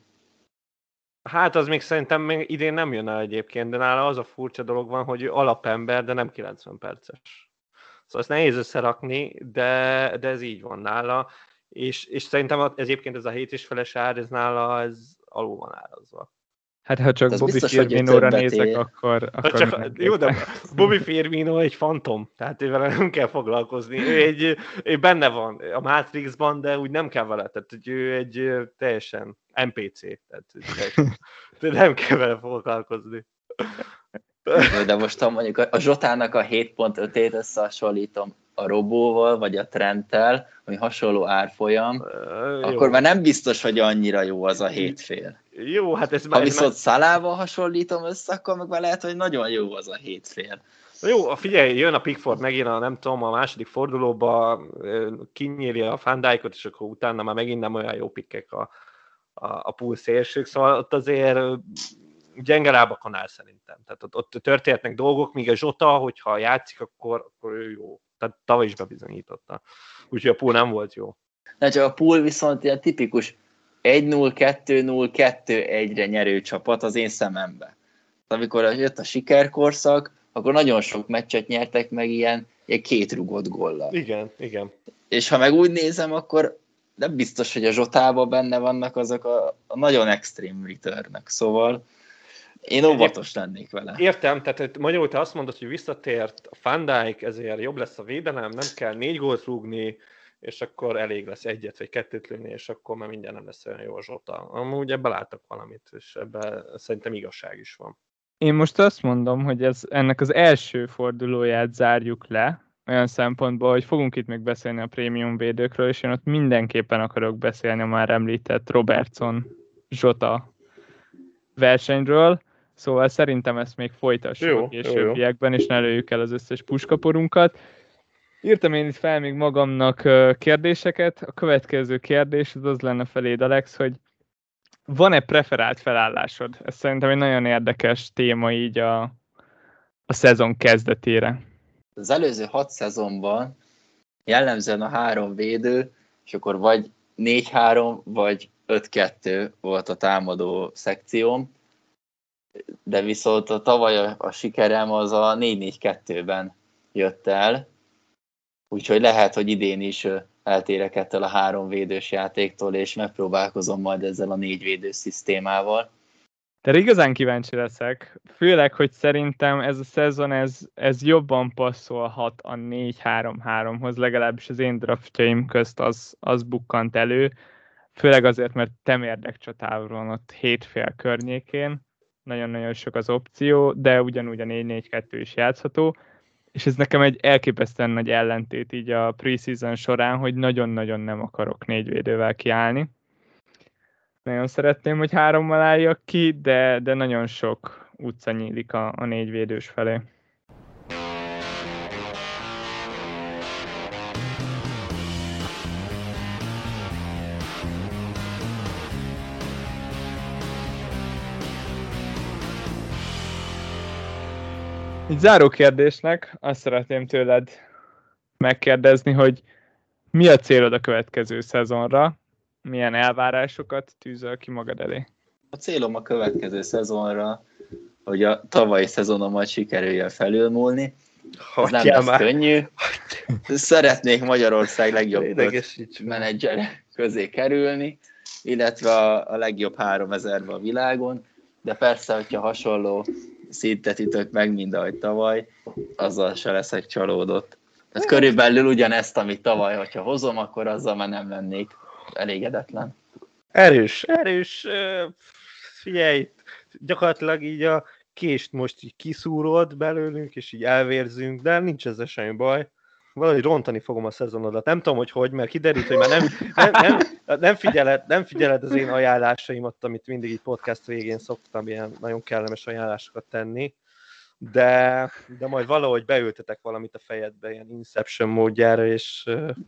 Hát az még szerintem még idén nem jön el egyébként, de nála az a furcsa dolog van, hogy ő alapember, de nem 90 perces. Szóval ezt nehéz összerakni, de ez így van nála, és szerintem egyébként ez a 7,5-es ár, ez nála ez alul van árazva. Hát ha csak Bobby Firminóra nézek, akkor jó, de Bobby Firmino egy fantom, tehát ővel nem kell foglalkozni. Ő benne van a Matrixban, de úgy nem kell vele, tehát ő egy teljesen NPC, tehát nem kell vele foglalkozni. De most ha mondjuk a Zsotának a 7.5-ét összehasonlítom a Robóval, vagy a Trenttel, ami hasonló árfolyam, akkor már nem biztos, hogy annyira jó az a 7,5. Jó, hát ez ha viszont Salahval hasonlítom össze, akkor meg már lehet, hogy nagyon jó az a 7,5. Jó, figyelj, jön a Pickford megint a második fordulóba, kinyíri a Van Dijkot, és akkor utána már megint nem olyan jó pikkek a pool szélsők, szóval ott azért gyenge lábakon áll szerintem. Tehát ott történhetnek dolgok, míg a Zsota, hogyha játszik, akkor ő jó. Tehát tavaly is bebizonyította. Úgyhogy a pool nem volt jó. De csak a pool viszont ilyen tipikus 1-0, 2-0, 2-1-re nyerő csapat az én szemembe. amikor jött a sikerkorszak, akkor nagyon sok meccset nyertek meg ilyen 2 rugott góllal. Igen. És ha meg úgy nézem, akkor nem biztos, hogy a Zsotában benne vannak azok a nagyon extrém return-ök. Szóval én óvatos lennék vele. Értem, tehát magyarul te azt mondod, hogy visszatért a Van Dijk, ezért jobb lesz a védelem, nem kell 4 gólt rúgni, és akkor elég lesz 1 vagy 2 lőni, és akkor már mindjárt nem lesz olyan jó a Zsota. Amúgy ebben látok valamit, és ebben szerintem igazság is van. Én most azt mondom, hogy ennek az első fordulóját zárjuk le, olyan szempontból, hogy fogunk itt még beszélni a prémium védőkről, és én ott mindenképpen akarok beszélni a már említett Robertson Zsota versenyről, szóval szerintem ezt még folytassuk a későbbiekben, és ne lőjük el az összes puskaporunkat. Írtam én itt fel még magamnak kérdéseket. A következő kérdés az lenne feléd, Alex, hogy van-e preferált felállásod? Ez szerintem egy nagyon érdekes téma így a szezon kezdetére. Az előző 6 szezonban jellemzően a 3 védő, és akkor vagy 4-3, vagy 5-2 volt a támadó szekcióm, de viszont a tavaly a sikerem az a 4-4-2-ben jött el, úgyhogy lehet, hogy idén is eltérek ettől a 3 védős játéktól, és megpróbálkozom majd ezzel a 4 védős szisztémával. De igazán kíváncsi leszek, főleg, hogy szerintem ez a szezon ez jobban passzolhat a 4-3-3-hoz, legalábbis az én draftjaim közt az bukkant elő, főleg azért, mert temérdekcsatával van ott 7,5 környékén, nagyon-nagyon sok az opció, de ugyanúgy a 4-4-2 is játszható, és ez nekem egy elképesztően nagy ellentét így a preseason során, hogy nagyon-nagyon nem akarok 4 védővel kiállni. Nagyon szeretném, hogy 3-mal álljak ki, de nagyon sok utca nyílik a 4 védős felé. Így záró kérdésnek azt szeretném tőled megkérdezni, hogy mi a célod a következő szezonra? Milyen elvárásokat tűzöl ki magad elé? A célom a következő szezonra, hogy a tavalyi szezonomat sikerüljön felülmúlni. Ez nem lesz könnyű. Szeretnék Magyarország legjobb menedzser közé kerülni, illetve a legjobb 3000-ben a világon, de persze, hogyha hasonló szintet ütök meg, mint ahogy tavaly, azzal se leszek csalódott. Ez körülbelül ugyanezt, amit tavaly, hogyha hozom, akkor azzal már nem lennék elégedetlen. Erős. Figyelj, gyakorlatilag így a kést most így kiszúrod belőlünk, és így elvérzünk, de nincs ezzel semmi baj. Valahogy rontani fogom a szezonodat. Nem tudom, hogy mert kiderült, hogy már nem figyeled az én ajánlásaimat, amit mindig így podcast végén szoktam ilyen nagyon kellemes ajánlásokat tenni, de majd valahogy beültetek valamit a fejedbe, ilyen Inception módjára, és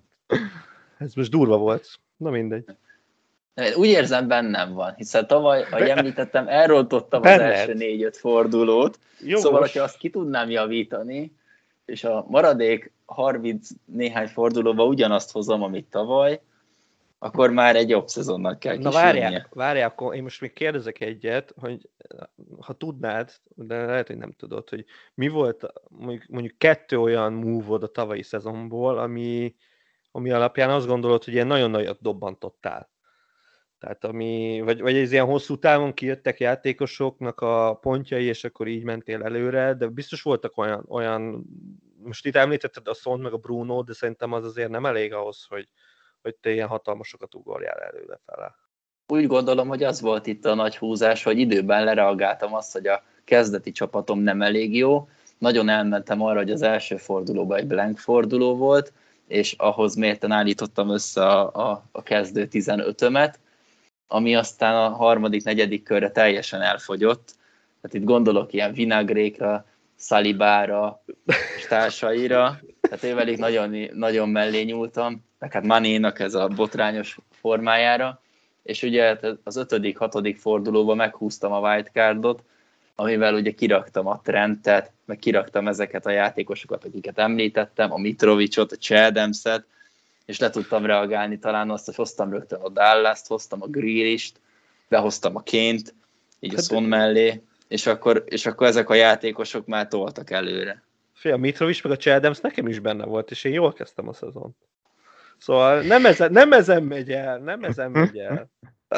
ez most durva volt. Na mindegy. Úgy érzem, bennem van, hiszen tavaly, ahogy említettem, elrontottam az első 4-5 fordulót, szóval, hogyha azt ki tudnám javítani, és a maradék 30 néhány fordulóban ugyanazt hozom, amit tavaly, akkor már egy jobb szezonnak kell kísérnie. Na várjál, akkor én most még kérdezek egyet, hogy ha tudnád, de lehet, hogy nem tudod, hogy mi volt mondjuk 2 olyan move-od a tavalyi szezonból, ami alapján azt gondolod, hogy ilyen nagyon nagyot dobbantottál. Tehát vagy ez ilyen hosszú távon kijöttek játékosoknak a pontjai, és akkor így mentél előre, de biztos voltak olyan most itt említetted a Son meg a Bruno, de szerintem az azért nem elég ahhoz, hogy te ilyen hatalmasokat ugorjál előrefele. Úgy gondolom, hogy az volt itt a nagy húzás, hogy időben lereagáltam azt, hogy a kezdeti csapatom nem elég jó. Nagyon elmentem arra, hogy az első fordulóban egy blank forduló volt, és ahhoz mérten állítottam össze a kezdő 15-ömet, ami aztán a harmadik, negyedik körre teljesen elfogyott. Tehát itt gondolok ilyen Vinagrékra, Salibára és társaira, tehát ővelük nagyon, nagyon mellé nyúltam, meg hát Manénak ez a botrányos formájára, és ugye az 5.-6. fordulóban meghúztam a wildcardot, amivel ugye kiraktam a Trentet, meg kiraktam ezeket a játékosokat, akiket említettem, a Mitrovicsot, a Chademset, és le tudtam reagálni talán azt, hogy hoztam rögtön a Dallast, hoztam a Grealish-t, behoztam a Kane-t, így a Son mellé, és akkor ezek a játékosok már toltak előre. Fél, a Mitrovic meg a Cseldemsz nekem is benne volt, és én jól kezdtem a szezont. Szóval nem ezen megy el.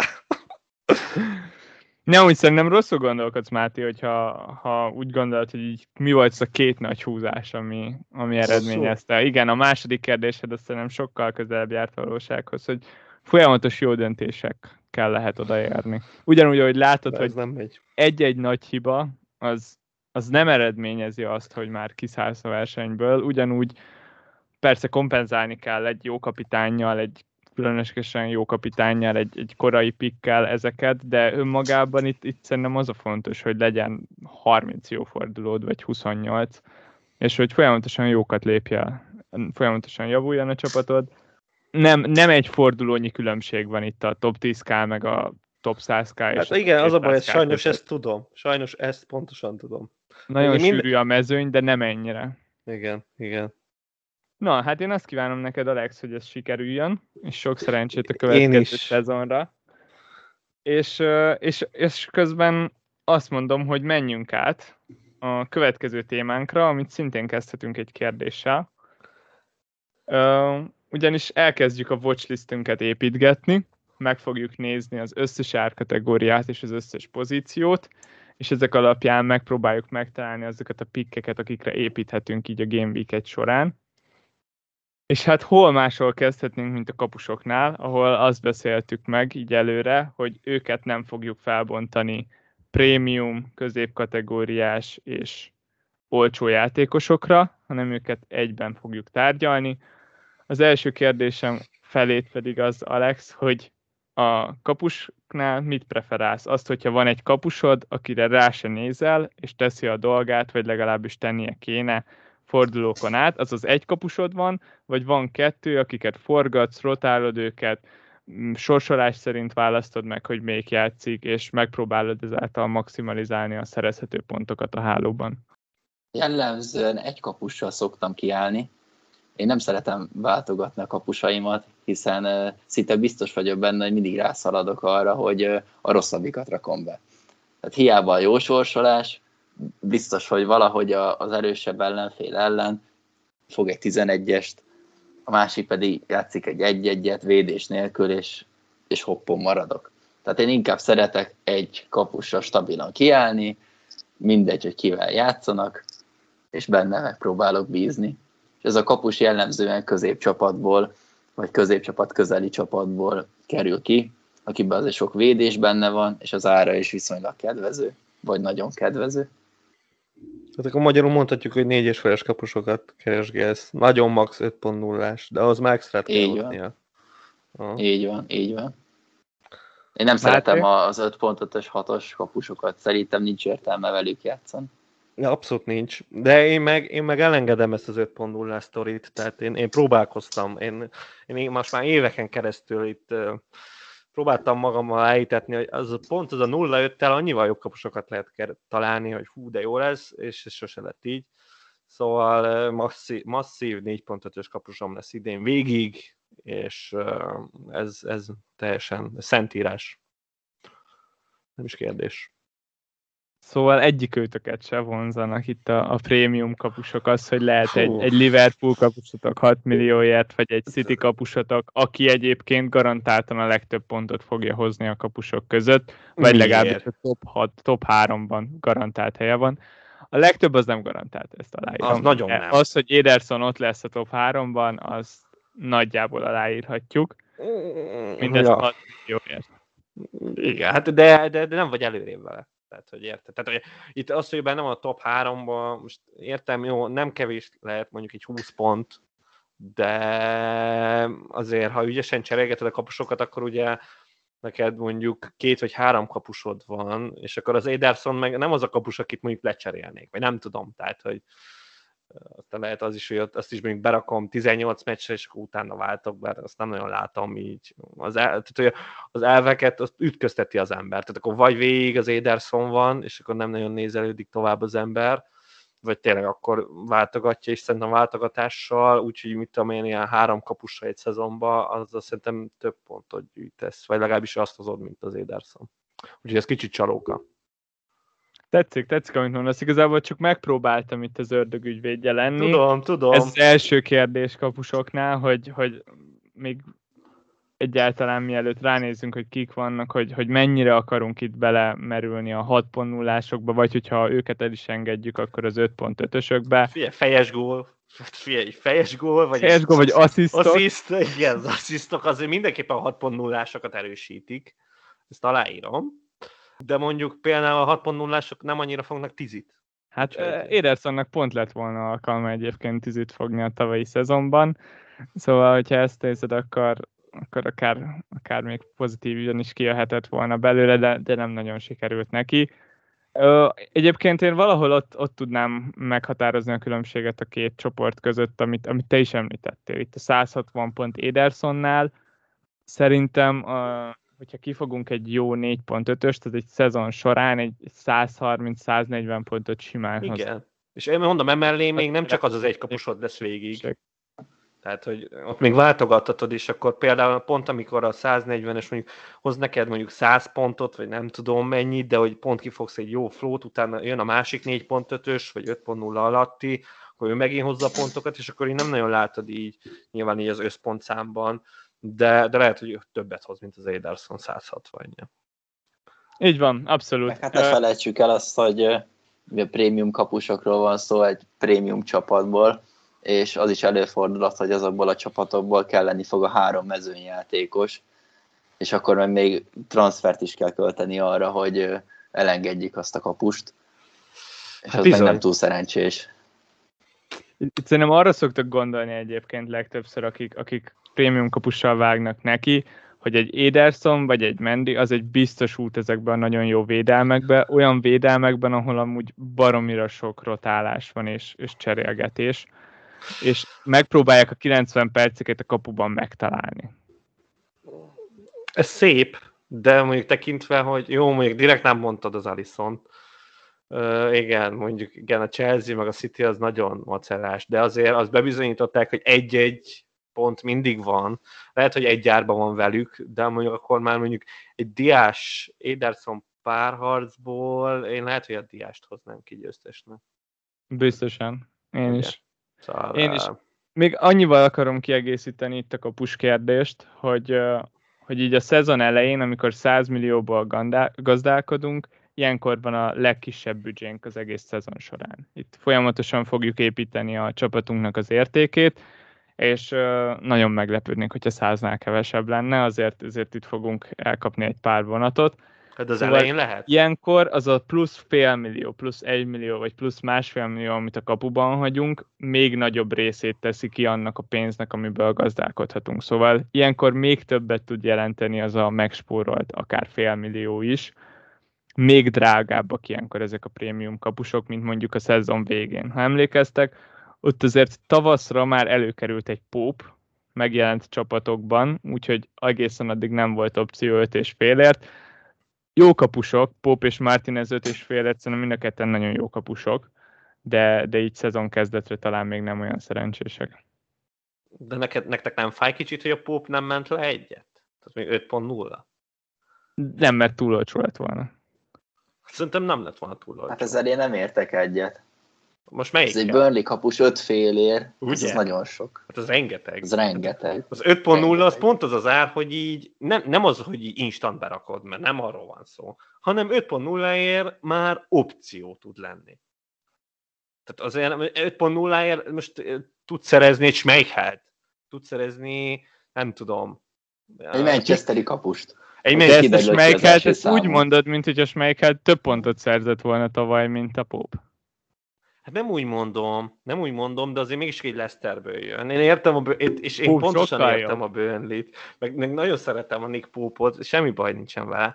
Nem, úgy szerintem rosszul gondolkodsz, Máté, hogyha úgy gondolod, hogy így mi volt az a két nagy húzás, ami eredményezte. Igen, a második kérdésed azt szerintem sokkal közelebb járt valósághoz, hogy folyamatos jó döntésekkel lehet odaérni. Ugyanúgy, ahogy látod, hogy egy-egy nagy hiba, az nem eredményezi azt, hogy már kiszállsz a versenyből, ugyanúgy persze kompenzálni kell egy jó kapitánnyal, egy különösen jó kapitánnyal, egy korai pikkel ezeket, de önmagában itt szerintem az a fontos, hogy legyen 30 jó fordulód, vagy 28, és hogy folyamatosan jókat lépjél, folyamatosan javuljon a csapatod. Nem egy fordulónyi különbség van itt a top 10K, meg a top 100K. Hát igen, az a baj, sajnos ezt tudom. Sajnos ezt pontosan tudom. Nagyon sűrű a mezőny, de nem ennyire. Igen. Na, hát én azt kívánom neked, Alex, hogy ez sikerüljön, és sok szerencsét a következő szezonra. És közben azt mondom, hogy menjünk át a következő témánkra, amit szintén kezdhetünk egy kérdéssel. Ugyanis elkezdjük a watchlistünket építgetni, meg fogjuk nézni az összes árkategóriát és az összes pozíciót, és ezek alapján megpróbáljuk megtalálni azokat a pikkeket, akikre építhetünk így a Game Week 1 során. És hát hol máshol kezdhetnénk, mint a kapusoknál, ahol azt beszéltük meg így előre, hogy őket nem fogjuk felbontani prémium, középkategóriás és olcsó játékosokra, hanem őket egyben fogjuk tárgyalni. Az első kérdésem felét pedig az, Alex, hogy a kapusnál mit preferálsz? Azt, hogyha van egy kapusod, akire rá se nézel, és teszi a dolgát, vagy legalábbis tennie kéne fordulókon át, azaz egy kapusod van, vagy van kettő, akiket forgatsz, rotálod őket, sorsolás szerint választod meg, hogy melyik játszik, és megpróbálod ezáltal maximalizálni a szerezhető pontokat a hálóban. Jellemzően egy kapussal szoktam kiállni. Én nem szeretem váltogatni a kapusaimat, hiszen szinte biztos vagyok benne, hogy mindig rászaladok arra, hogy a rosszabbikat rakom be. Tehát hiába a jó sorsolás, biztos, hogy valahogy az erősebb ellenfél ellen fog egy 11-est, a másik pedig játszik egy 1-1-et védés nélkül, és hoppon maradok. Tehát én inkább szeretek egy kapussal stabilan kiállni, mindegy, hogy kivel játszanak, és benne megpróbálok bízni. És ez a kapus jellemzően középcsapatból, vagy középcsapat közeli csapatból kerül ki, akiben azért sok védés benne van, és az ára is viszonylag kedvező, vagy nagyon kedvező. Tehát akkor magyarul mondhatjuk, hogy 4,5-es kapusokat keresgélsz. Nagyon max 5.0-ás, de az már extrát kell hoznia. Így van. Én nem szeretem az 5.5-ös, 6-os kapusokat. Szerintem nincs értelme velük játszani. Ja, abszolút nincs. De én meg elengedem ezt az 5.0-ás sztorit, tehát én próbálkoztam. Én most már éveken keresztül itt próbáltam magammal elhitetni, hogy pont az a 0-5-tel annyival jobb kapusokat lehet találni, hogy hú, de jó lesz, és ez sose lett így. Szóval masszív 4.5-ös kapusom lesz idén végig, és ez teljesen szentírás. Nem is kérdés. Szóval egyik őtöket se vonzanak itt a prémium kapusok, az, hogy lehet egy Liverpool kapusotok 6 millióért, vagy egy City kapusotok, aki egyébként garantáltan a legtöbb pontot fogja hozni a kapusok között, vagy legalábbis a top 3-ban garantált helye van. A legtöbb az nem garantált, ezt aláírom. Az nagyon nem. Az, hogy Ederson ott lesz a top 3-ban, az nagyjából aláírhatjuk. Mindezt 6 millióért. Igen, hát de nem vagy előrébb vele. Tehát, hogy érted. Tehát, hogy itt az, hogy benne van a top 3-ban, most értem, jó, nem kevés lehet mondjuk egy 20 pont, de azért, ha ügyesen cserélgeted a kapusokat, akkor ugye neked mondjuk 2 vagy 3 kapusod van, és akkor az Ederson meg nem az a kapus, akit mondjuk lecserélnék, vagy nem tudom, tehát, hogy aztán lehet az is, hogy azt is mondjuk berakom 18 meccsre, és akkor utána váltok, bár azt nem nagyon látom így. Tehát, hogy az elveket azt ütközteti az ember. Tehát akkor vagy végig az Ederson van, és akkor nem nagyon nézelődik tovább az ember, vagy tényleg akkor váltogatja, és szerintem váltogatással, úgyhogy mit tudom én, ilyen 3 kapussal egy szezonban, az szerintem több pontot gyűjtesz, vagy legalábbis azt hozod, mint az Ederson. Úgyhogy ez kicsit csalóka. Tetszik, amit mondasz. Igazából csak megpróbáltam itt az ördögügyvédje lenni. Tudom. Ez az első kérdés kapusoknál, hogy még egyáltalán mielőtt ránézzünk, hogy kik vannak, hogy mennyire akarunk itt belemerülni a 6.0-ásokba, vagy hogyha őket el is engedjük, akkor az 5.5-ösökbe. Fejes gól, vagy asszisztok. Igen, az asszisztok azért mindenképpen a 6.0-ásokat erősítik. Ezt aláírom. De mondjuk például a 6.0-ások nem annyira fognak 10-it. Hát Edersonnak pont lett volna alkalma egyébként 10-it fogni a tavalyi szezonban. Szóval, hogyha ezt nézed, akkor akár még pozitív is kijöhetett volna belőle, de nem nagyon sikerült neki. Egyébként én valahol ott tudnám meghatározni a különbséget a két csoport között, amit te is említettél. Itt a 160 pont Edersonnál szerintem, hogyha kifogunk egy jó 4.5-öst, tehát egy szezon során egy 130-140 pontot simán hoz. Igen. És én mondom, emellé még nem csak az egy kapusod lesz végig. Tehát, hogy ott még váltogathatod, és akkor például pont amikor a 140-es mondjuk hoz neked mondjuk 100 pontot, vagy nem tudom mennyit, de hogy pont kifogsz egy jó flót, utána jön a másik 4.5-ös, vagy 5.0 alatti, akkor ő megint hozza a pontokat, és akkor így nem nagyon látod így, nyilván így az összpontszámban, de lehet, hogy többet hoz, mint az Ederson 160-ja. Így van, abszolút. Hát ne felejtsük el azt, hogy a prémium kapusokról van szó, egy prémium csapatból, és az is előfordulhat, hogy azokból a csapatokból kelleni fog a 3 mezőnyjátékos, és akkor meg még transfert is kell költeni arra, hogy elengedjük azt a kapust, és hát az meg nem túl szerencsés. Itt szerintem arra szoktak gondolni egyébként legtöbbször, akik prémium kapussal vágnak neki, hogy egy Ederson vagy egy Mendy az egy biztos út ezekben a nagyon jó védelmekben, olyan védelmekben, ahol amúgy baromira sok rotálás van és cserélgetés, és megpróbálják a 90 perceket a kapuban megtalálni. Ez szép, de mondjuk tekintve, hogy jó, mondjuk direkt nem mondtad az Alisson. Igen, mondjuk igen, a Chelsea meg a City az nagyon macerás, de azért azt bebizonyították, hogy egy-egy pont mindig van. Lehet, hogy egy gyárban van velük, de mondjuk akkor már mondjuk egy Diás Ederson párharcból én lehet, hogy a Diást hoznám ki győztesnek. Biztosan. Én is. Szóval, Én is. Még annyival akarom kiegészíteni itt a kapus kérdést, hogy így a szezon elején, amikor 100 millióból gazdálkodunk, ilyenkor van a legkisebb büdzsénk az egész szezon során. Itt folyamatosan fogjuk építeni a csapatunknak az értékét, és nagyon meglepődnénk, hogyha 100-nál kevesebb lenne, azért itt fogunk elkapni egy pár vonatot. Hát az szóval elején lehet? Ilyenkor az a plusz fél millió, plusz 1 millió, vagy plusz másfél millió, amit a kapuban hagyunk, még nagyobb részét teszi ki annak a pénznek, amiből gazdálkodhatunk. Szóval ilyenkor még többet tud jelenteni az a megspórolt, akár fél millió is. Még drágábbak ilyenkor ezek a prémium kapusok, mint mondjuk a szezon végén. Ha emlékeztek, ott azért tavaszra már előkerült egy Pope, megjelent csapatokban, úgyhogy egészen addig nem volt opció 5,5-ért. Jó kapusok, Pope és Martinez 5,5-ért, szerintem mind a ketten nagyon jó kapusok, de így szezon kezdetre talán még nem olyan szerencsések. De nektek nem fáj kicsit, hogy a Pope nem ment le egyet? Tehát még 5.0? Nem, mert túl olcsó lett volna. Szerintem nem lett volna túl olcsó. Hát ezzel én nem értek egyet. Most melyik? Ez egy Burnley kapus 5,5-ér, ez nagyon sok. Hát az rengeteg. Ez rengeteg. Az 5.0 az pont az ár, hogy így nem az, hogy így instant berakod, mert nem arról van szó, hanem 5.0-ért már opció tud lenni. Tehát azért 5.0-ért most tudsz szerezni egy Schmeichelt. Tudsz szerezni, nem tudom. Egy manchesteri kapust. De ezt a Schmeichelt, ezt úgy mondod, mint hogy a Schmeichelt több pontot szerzett volna tavaly, mint a Pope. Hát nem úgy mondom, de azért mégis egy Leicesterből jön. Én értem és én pontosan értem a Burnley-t, meg nagyon szeretem a Nick Pope-ot, semmi baj nincsen vele,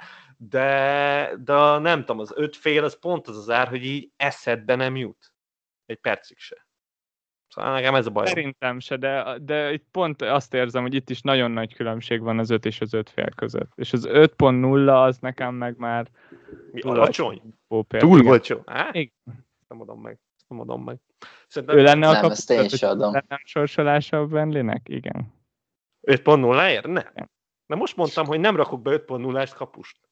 de nem tudom, az 5,5 az pont az ár, hogy így eszedbe nem jut. Egy percig se. Szóval nekem ez a bajom. Szerintem se, de itt pont azt érzem, hogy itt is nagyon nagy különbség van az 5 és az 5,5 között. És az 5.0 az nekem meg már alacsony. Túl olcsó. Nem adom meg. Szerintem ő lenne a nem, ezt én sem adom. Nem sorsolása a Burnleynek? Igen. 5.0-ért? Nem. De most mondtam, hogy nem rakok be 5.0-ást kapust.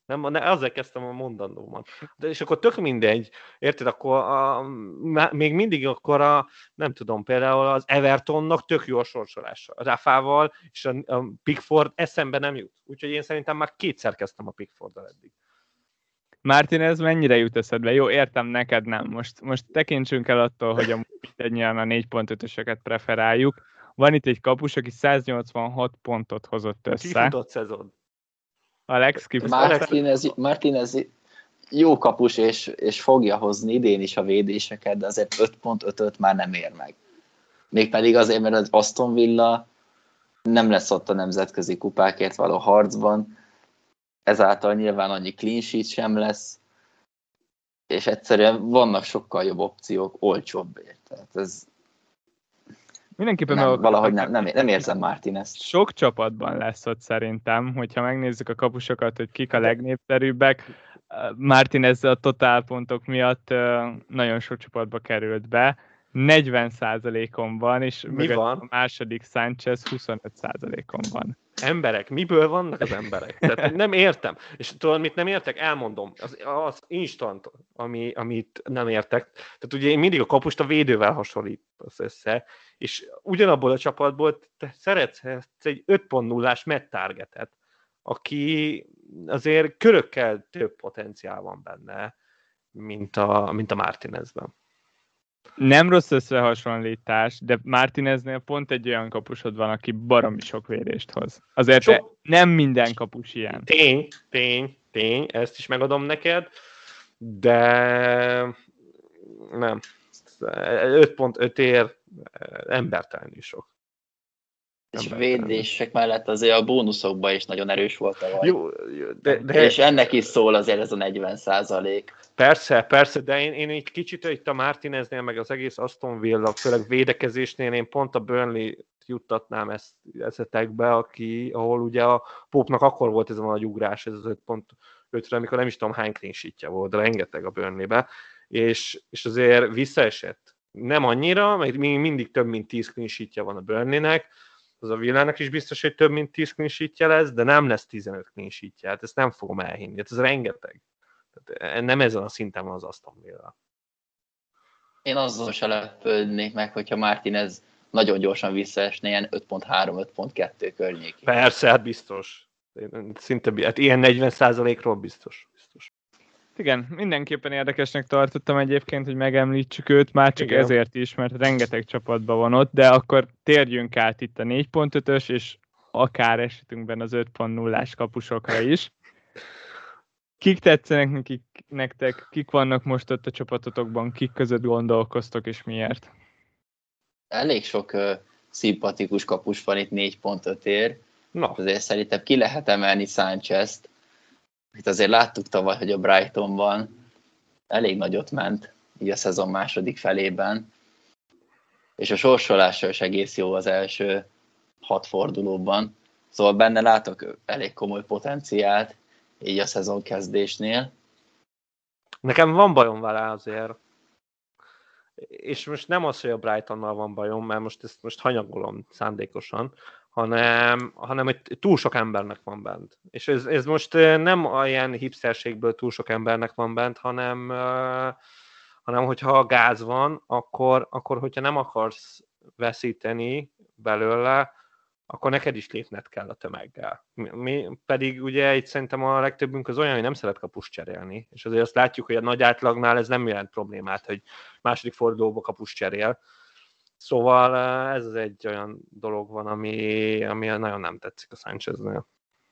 Azzal kezdtem a mondandómat. De és akkor tök mindegy, érted? Akkor még mindig akkor nem tudom, például az Evertonnak tök jó a sorsolása. A Rafával és a Pickford eszembe nem jut. Úgyhogy én szerintem már kétszer kezdtem a Pickforddal eddig. Martinez mennyire jut eszedbe? Jó, értem, neked nem. Most tekintsünk el attól, hogy a 4.5-ösöket preferáljuk. Van itt egy kapus, aki 186 pontot hozott össze. Kifutott szezon. Alex, Martinez jó kapus, és fogja hozni idén is a védéseket, de azért 5.5-öt már nem ér meg. Mégpedig azért, mert az Aston Villa nem lesz ott a nemzetközi kupákért való harcban, ezáltal nyilván annyi clean sheet sem lesz, és egyszerűen vannak sokkal jobb opciók olcsóbbért. Tehát ez mindenképpen valahogy nem érzem Martinezt. Sok csapatban lesz ott szerintem, hogyha megnézzük a kapusokat, hogy kik a legnépszerűbbek. Martinez a totálpontok miatt nagyon sok csapatba került be. 40%-on van, és a második Sánchez 25%-on van. Emberek, miből vannak az emberek? Tehát nem értem. És tudod, mit nem értek? Elmondom. Az instant, amit nem értek. Tehát ugye én mindig a kapust a védővel hasonlítasz össze, és ugyanabból a csapatból te szeretsz egy 5.0-ás Matt Targetet, aki azért körökkel több potenciál van benne, mint a Martinezben. Nem rossz összehasonlítás, de Martineznél pont egy olyan kapusod van, aki baromi sok vérést hoz. Azért nem minden kapus ilyen. Tény, ezt is megadom neked, de nem. 5.5 ér embertelenül sok. És védések mellett azért a bónuszokban is nagyon erős volt a vaj. Jó, és ennek is szól azért ez a 40%. Persze, de én egy kicsit itt a Martineznél, meg az egész Aston Villa, főleg védekezésnél én pont a Burnley juttatnám eszetekbe, ahol ugye a Pope-nak akkor volt ez a nagy ugrás, ez az 5.5-re, amikor nem is tudom hány clean sheetje volt, de rengeteg a Burnleybe, és azért visszaesett. Nem annyira, mert mindig több mint 10 clean sheetje van a Burnleynek, az a Villának is biztos, hogy több mint 10 clean sheetje lesz, de nem lesz 15 clean sheetje, hát ezt nem fogom elhinni, hát ez rengeteg. Tehát nem ezen a szinten van az Aston Villa. Én azzal se lepődnék meg, hogyha Martinez nagyon gyorsan visszaesne, ilyen 5.3-5.2 környékén. Persze, hát biztos. Hát ilyen 40%-ról biztos. Igen, mindenképpen érdekesnek tartottam egyébként, hogy megemlítsük őt, már csak igen. Ezért is, mert rengeteg csapatban van ott, de akkor térjünk át itt a 4.5-ös, és akár esetünkben az 5.0-ás kapusokra is. Kik tetszenek nektek, kik vannak most ott a csapatotokban, kik között gondolkoztok, és miért? Elég sok szimpatikus kapus van itt 4.5-ért. No. Azért szerintem ki lehet emelni Sánchezt. Itt azért láttuk tavaly, hogy a Brightonban elég nagyot ment, így a szezon második felében. És a sorsolása is egész jó az első 6 fordulóban. Szóval benne látok elég komoly potenciált, így a szezon kezdésnél. Nekem van bajom vele azért. És most nem az, hogy a Brightonnal van bajom, mert ezt hanyagolom szándékosan, hanem hogy túl sok embernek van bent. És ez most nem olyan hipsterségből túl sok embernek van bent, hanem hogyha a gáz van, akkor hogyha nem akarsz veszíteni belőle, akkor neked is lépned kell a tömeggel. Mi pedig ugye itt szerintem a legtöbbünk az olyan, hogy nem szeret kapust cserélni, és azért azt látjuk, hogy a nagy átlagnál ez nem jelent problémát, hogy második fordulóba kapust cserél. Szóval ez az egy olyan dolog van, ami nagyon nem tetszik a Sáncheznél.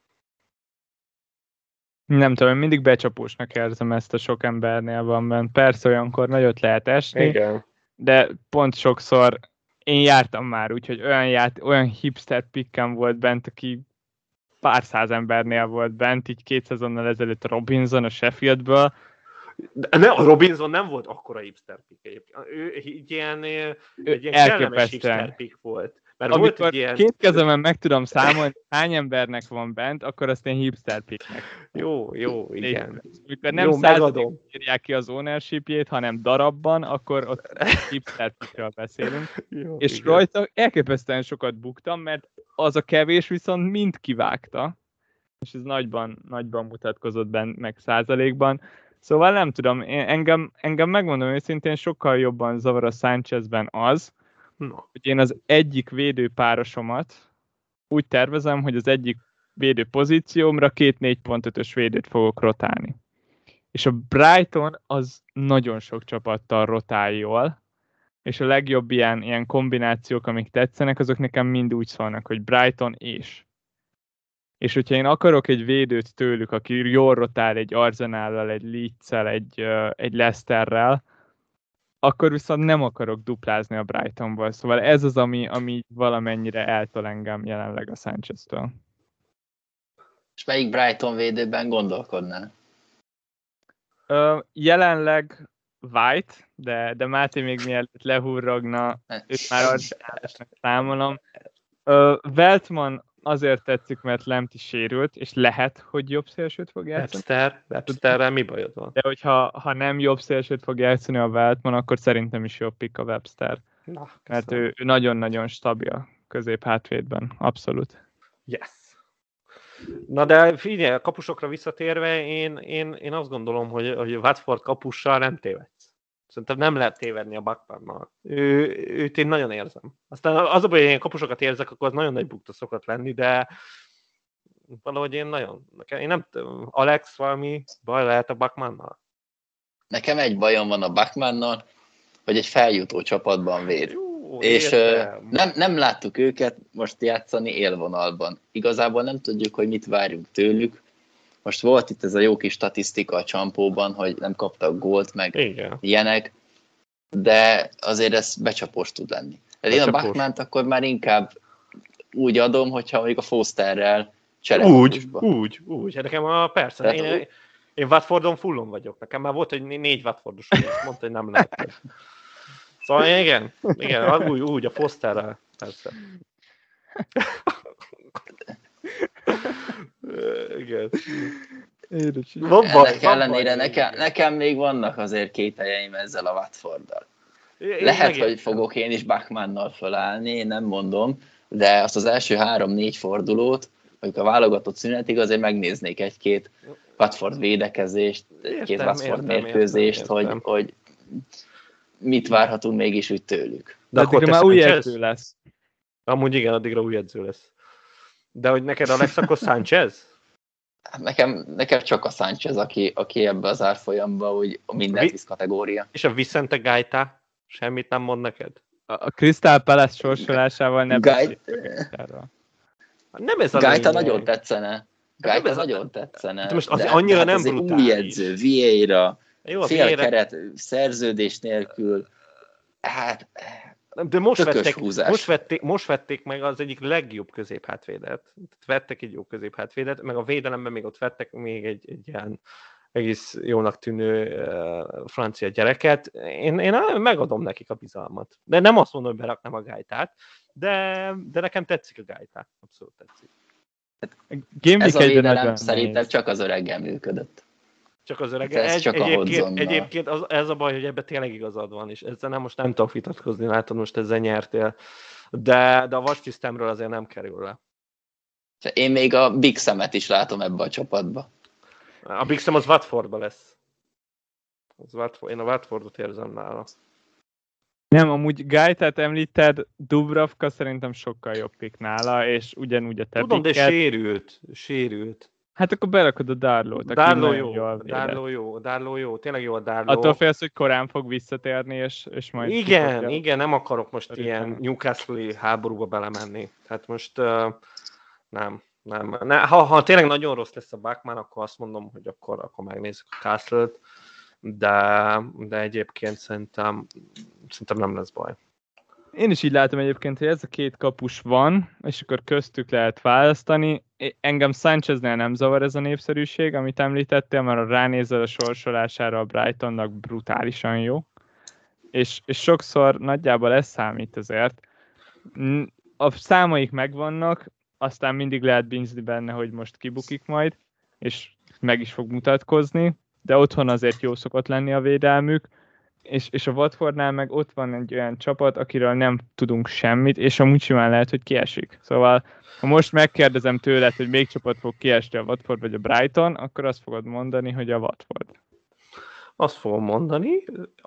Nem tudom, mindig becsapósnak érzem ezt a sok embernél van bent. Persze olyankor nagyot lehet esni, igen. De pont sokszor én jártam már, úgyhogy olyan hipster pikkem volt bent, aki pár száz embernél volt bent, így 2 szezonnal ezelőtt a Robinson a Sheffieldből. De a Robinson nem volt akkora hipster pick egyébként. Ő egy ilyen kellemes hipster pick volt. Mert amikor volt egy ilyen... két kezemen meg tudom számolni, hány embernek van bent, akkor azt én hipster picknek. Jó, igen. Amikor nem 100%-ban írják ki az ownership-jét, hanem darabban, akkor ott hipster pickről beszélünk. Jó, és igen. rajta elképesztően sokat buktam, mert az a kevés viszont mind kivágta. és ez nagyban mutatkozott meg százalékban. Szóval nem tudom, engem megmondom őszintén, sokkal jobban zavar a Sánchezben az, hogy én az egyik védőpárosomat úgy tervezem, hogy az egyik védő pozíciómra 2 4.5-ös védőt fogok rotálni. És a Brighton az nagyon sok csapattal rotál jól, és a legjobb ilyen kombinációk, amik tetszenek, azok nekem mind úgy szólnak, hogy Brighton és hogyha én akarok egy védőt tőlük, aki jól rotál egy Arsenállal, egy Leeds-szel, egy Leicesterrel, akkor viszont nem akarok duplázni a Brightonból. Szóval ez az, ami valamennyire eltol engem jelenleg a Sánchez-től. És melyik Brighton védőben gondolkodnál? Jelenleg White, de Máté még mielőtt lehúrrogna, őt már Arsenálosnak számolom. Veltman azért tetszik, mert Lemty sérült, és lehet, hogy jobb szélsőt fog játszani. Websterrel mi bajod van? De hogyha nem jobb szélsőt fog játszani a Veltman, akkor szerintem is jobb pick a Webster. Mert ő nagyon-nagyon stabil közép-hátvédben. Abszolút. Yes. Na de figyelj, a kapusokra visszatérve, én azt gondolom, hogy Watford kapussal nem tévedsz. Szerintem nem lehet tévedni a Bachmannnal. Őt én nagyon érzem. Aztán az a baj, hogy én kapusokat érzek, akkor az nagyon nagy bukta szokott lenni, de valahogy én nem tudom, Alex, valami baj lehet a Bachmannnal? Nekem egy bajom van a Bachmannnal, hogy egy feljutó csapatban véd. Jó, és nem láttuk őket most játszani élvonalban. Igazából nem tudjuk, hogy mit várjunk tőlük. Most volt itt ez a jó kis statisztika a Csampóban, hogy nem kaptak gólt, meg ilyenek, de azért ez becsapós tud lenni. Én a Bachmannt akkor már inkább úgy adom, hogyha mondjuk a Fosterrel cserekapusba. Úgy. Nekem persze. Én Watfordon fullon vagyok. Nekem már volt, hogy 4 Watfordos, mondta, hogy nem lehet. Szóval igen, úgy a Fosterrel, persze. Igen. Ennek ellenére nekem még vannak azért kételjeim ezzel a Watforddal. Lehet, hogy fogok én is Bachmannnal fölállni, nem mondom, de azt az első 3-4 fordulót, mondjuk a válogatott szünetig azért megnéznék egy-két Watford védekezést, egy-két Watford mérkőzést, hogy mit várhatunk mégis úgy tőlük. De addigra már új edző lesz. Amúgy igen, addigra új edző lesz. De hogy neked Alex, akkor Sánchez? Nekem csak a Sánchez, aki ebbe az árfolyamba úgy mindent visz kategória. És a Vicente Gaita semmit nem mond neked? A Crystal Palace sorsolásával nem beszélünk. Gaita nagyon tetszene. Nagyon tetszene. De most az annyira nem brutális. Új edző, Vieira, fél keret, szerződés nélkül. Hát... De most vették meg az egyik legjobb középhátvédet. Vettek egy jó középhátvédet, meg a védelemben még ott vettek még egy ilyen egész jónak tűnő francia gyereket. Én megadom nekik a bizalmat. De nem azt mondom, hogy beraknám a Gaitát, de nekem tetszik a Gaita. Abszolút tetszik. Ez a védelem szerintem csak az öreggel működött. Csak az öreg. Egyébként ez a baj, hogy ebben tényleg igazad van, és ezzel most nem tudok vitatkozni, látod, most ezzel nyertél. De a watchlistemről azért nem kerül le. Én még a Big Sam-et is látom ebbe a csapatba. A Big Sam az Watfordba lesz. Én a Watfordot érzem nála. Nem, amúgy Gaitát említed, Dubravka szerintem sokkal jobb pick nála, és ugyanúgy a te tudom, de sérült. Hát akkor berakod a Darlót. Darló jó, tényleg jó a Darló. Attól félsz, hogy korán fog visszatérni, és majd... Igen, nem akarok most ilyen Newcastle-i háborúba belemenni. Tehát most nem. Ha tényleg nagyon rossz lesz a Bachmann, akkor azt mondom, hogy akkor megnézzük a Castle-t, de egyébként szerintem nem lesz baj. Én is így látom egyébként, hogy ez a 2 kapus van, és akkor köztük lehet választani. Engem Sáncheznél nem zavar ez a népszerűség, amit említettél, mert a ránézel a sorsolására a Brightonnak brutálisan jó. És sokszor nagyjából ez számít azért. A számaik megvannak, aztán mindig lehet bízni benne, hogy most kibukik majd, és meg is fog mutatkozni, de otthon azért jó szokott lenni a védelmük. és a Watfordnál meg ott van egy olyan csapat, akiről nem tudunk semmit, és amúgy simán lehet, hogy kiesik. Szóval, ha most megkérdezem tőled, hogy még csapat fog kiesni, a Watford vagy a Brighton, akkor azt fogod mondani, hogy a Watford. Azt fogom mondani,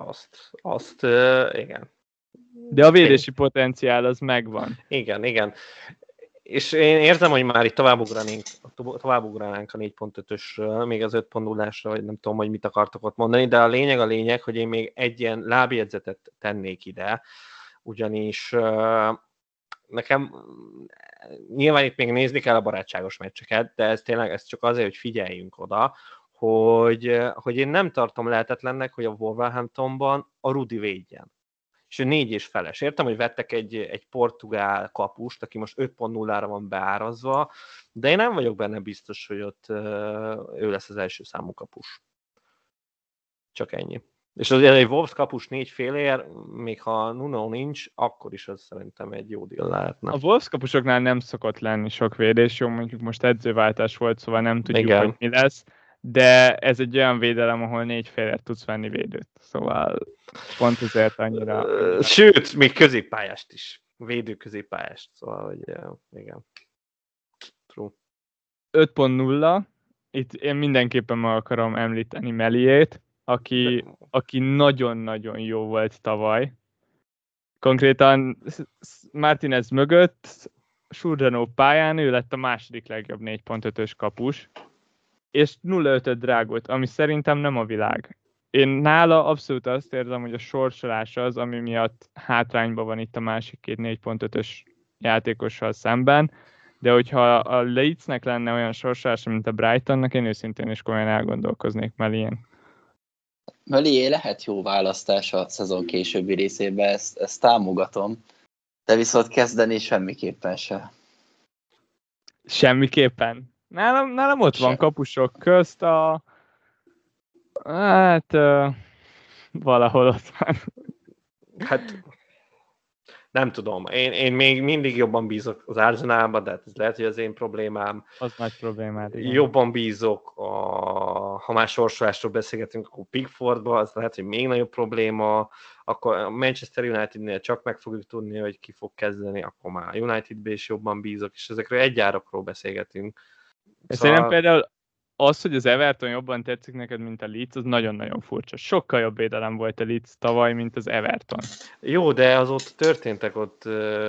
igen. De a védési potenciál az megvan. Igen. És én érzem, hogy már itt továbbugranánk a 4.5-ösről, még az 5.0-ásra, vagy nem tudom, hogy mit akartok ott mondani, de a lényeg, hogy én még egy ilyen lábjegyzetet tennék ide, ugyanis nekem nyilván itt még nézni kell a barátságos meccseket, de ez csak azért, hogy figyeljünk oda, hogy én nem tartom lehetetlennek, hogy a Wolverhamptonban a Rudi védjen. És ő 4,5-es. Értem, hogy vettek egy portugál kapust, aki most 5.0-ra van beárazva, de én nem vagyok benne biztos, hogy ott ő lesz az első számú kapus. Csak ennyi. És azért egy Wolves kapus 4,5-ér, még ha Nuno nincs, akkor is az szerintem egy jó deal lehetne. A Wolves kapusoknál nem szokott lenni sok védés, jó, mondjuk most edzőváltás volt, szóval nem tudjuk, igen, hogy mi lesz, de ez egy olyan védelem, ahol 4,5-ért tudsz venni védőt. Szóval pont ezért annyira... Sőt, még középpályást is. Védő középpályást. Szóval, hogy igen. True. 5.0, itt én mindenképpen meg akarom említeni Meliét, aki nagyon-nagyon jó volt tavaly. Konkrétan Martinez mögött, Giordano pályán, ő lett a második legjobb 4.5-ös kapus, és 0,5 drágult, ami szerintem nem a világ. Én nála abszolút azt érzem, hogy a sorsolás az, ami miatt hátrányban van itt a másik két 4.5-ös játékossal szemben, de hogyha a Leedsnek lenne olyan sorsolása, mint a Brightonnak, én őszintén is komolyan elgondolkoznék Melien. Melié lehet jó választás a szezon későbbi részében, ezt támogatom, de viszont kezdeni semmiképpen se. Semmiképpen? Nálam ott van kapusok közt valahol ott van. Hát nem tudom. Én még mindig jobban bízok az Arsenalba, de ez lehet, hogy az én problémám. Az nagy problémád, igen. Jobban bízok, ha már sorsolásról beszélgetünk, akkor Pickfordba, az lehet, hogy még nagyobb probléma. Akkor a Manchester Unitednél csak meg fogjuk tudni, hogy ki fog kezdeni, akkor már Unitedbe is jobban bízok, és ezekről egyárakról beszélgetünk. Szerintem például az, hogy az Everton jobban tetszik neked, mint a Leeds, az nagyon-nagyon furcsa. Sokkal jobb védelem volt a Leeds tavaly, mint az Everton. Jó, de azóta történtek ott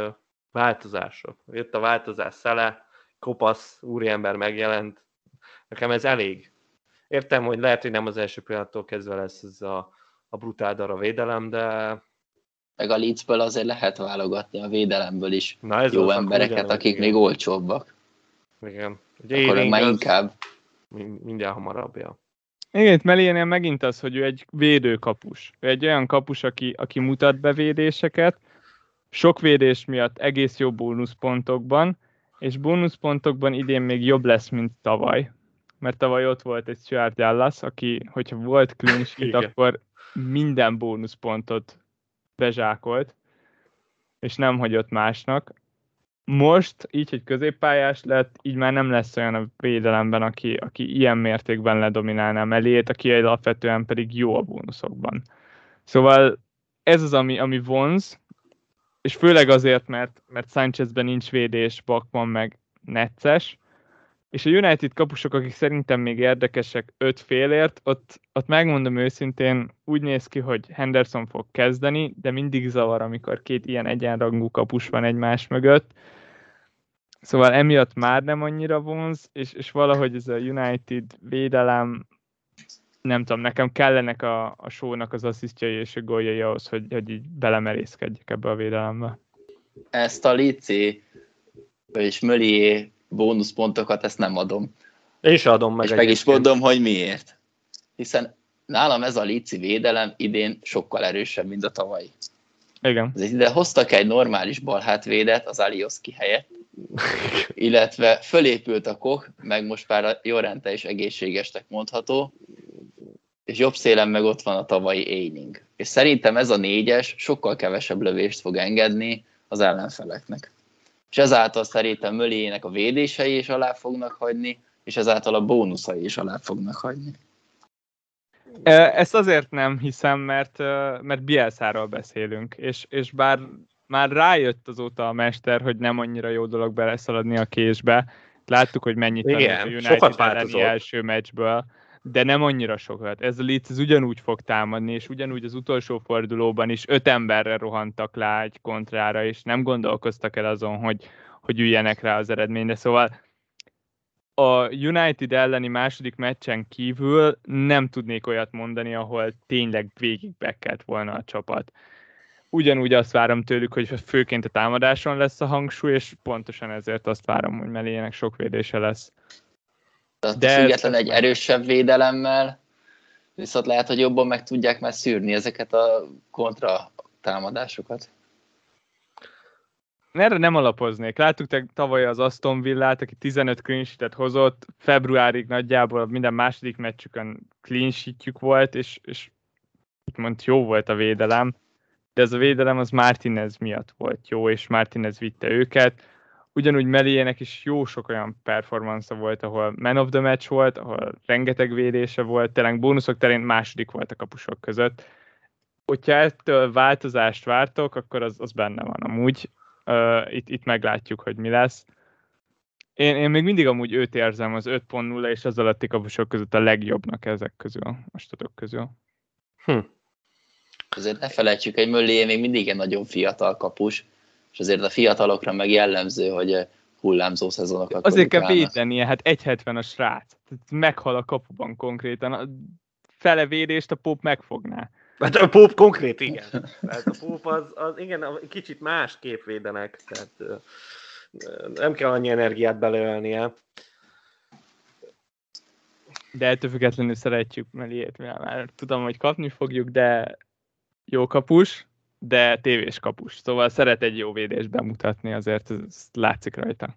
változások. Jött a változás szele, kopasz úriember megjelent. Nekem ez elég. Értem, hogy lehet, hogy nem az első pillanattól kezdve lesz ez a brutál darab védelem, de... Meg a Leedsből azért lehet válogatni a védelemből is jó embereket, akik igen. Még olcsóbbak. Igen. Ugye akkor már inkább. Minden hamarabb, ja. Igen, itt Meliénél megint az, hogy ő egy védőkapus. Ő egy olyan kapus, aki mutat be védéseket, sok védés miatt egész jó bónuszpontokban, és bónuszpontokban idén még jobb lesz, mint tavaly. Mert tavaly ott volt egy Stuart Dallas, aki, hogyha volt clean sheet, akkor minden bónuszpontot bezsákolt, és nem hagyott másnak. Most, így, hogy középpályás lett, így már nem lesz olyan a védelemben, aki ilyen mértékben ledominálná Meliét, aki alapvetően pedig jó a bónuszokban. Szóval ez az, ami vonz, és főleg azért, mert Sanchezben nincs védés, Bachmann meg necces, és a United kapusok, akik szerintem még érdekesek 5,5-ért, ott megmondom őszintén, úgy néz ki, hogy Henderson fog kezdeni, de mindig zavar, amikor két ilyen egyenrangú kapus van egymás mögött. Szóval emiatt már nem annyira vonz, és valahogy ez a United védelem, nem tudom, nekem kellenek a show-nak az asszisztjai és a góljai ahhoz, hogy így belemerészkedjek ebbe a védelembe. Ezt a Lici és Melié bónuszpontokat, ezt nem adom. És adom meg. És meg is mondom, hogy miért. Hiszen nálam ez a Lici védelem idén sokkal erősebb, mint a tavalyi. Igen. De hoztak egy normális balhátvédet az Alioski helyett, illetve fölépült a Koch, meg most már a Llorente is egészségesnek mondható, és jobb szélen meg ott van a tavalyi Eining. És szerintem ez a 4-es sokkal kevesebb lövést fog engedni az ellenfeleknek. És ezáltal szerintem Meliének a védései is alá fognak hagyni, és ezáltal a bónuszai is alá fognak hagyni. Ezt azért nem hiszem, mert Bielsáról beszélünk, és bár már rájött azóta a mester, hogy nem annyira jó dolog beleszaladni a késbe. Láttuk, hogy mennyit tanult a United elleni első meccsből, de nem annyira sokat. Ez a Leeds ez ugyanúgy fog támadni, és ugyanúgy az utolsó fordulóban is 5 emberre rohantak le egy kontrára, és nem gondolkoztak el azon, hogy üljenek rá az eredményre. Szóval a United elleni második meccsen kívül nem tudnék olyat mondani, ahol tényleg végig bekkelt volna a csapat. Ugyanúgy azt várom tőlük, hogy főként a támadáson lesz a hangsúly, és pontosan ezért azt várom, hogy Meléjének sok védése lesz. De független egy erősebb védelemmel, viszont lehet, hogy jobban meg tudják már szűrni ezeket a kontra támadásokat. Erre nem alapoznék. Láttuk tavaly az Aston Villát, aki 15 clean sheetet hozott, februárig nagyjából minden második meccsükön clean sheetjük volt, és úgymond jó volt a védelem, de ez a védelem az Martinez miatt volt jó, és Martinez vitte őket. Ugyanúgy Meléjének is jó sok olyan performance volt, ahol man of the match volt, ahol rengeteg védése volt, tényleg bónuszok terén második volt a kapusok között. Hogyha ettől változást vártok, akkor az benne van amúgy. Itt meglátjuk, hogy mi lesz. Én még mindig amúgy őt érzem az 5.0 és az alatti kapusok között a legjobbnak ezek közül, a statok közül. Azért ne felejtsük, hogy Meléjé még mindig egy nagyon fiatal kapus, és azért a fiatalokra meg jellemző, hogy hullámzó szezonokat azért kell védenie, hát 1.70 a srác. Meghal a kapuban konkrétan. A fele védést a Pope megfogná. Hát a Pope konkrét, igen. Tehát a Pope az igen, kicsit másképp védenek, tehát nem kell annyi energiát beleölnie. De ettől függetlenül szeretjük Meléjét, mert tudom, hogy kapni fogjuk, de jó kapus, de tévés kapus. Szóval szeret egy jó védést bemutatni, azért ez látszik rajta.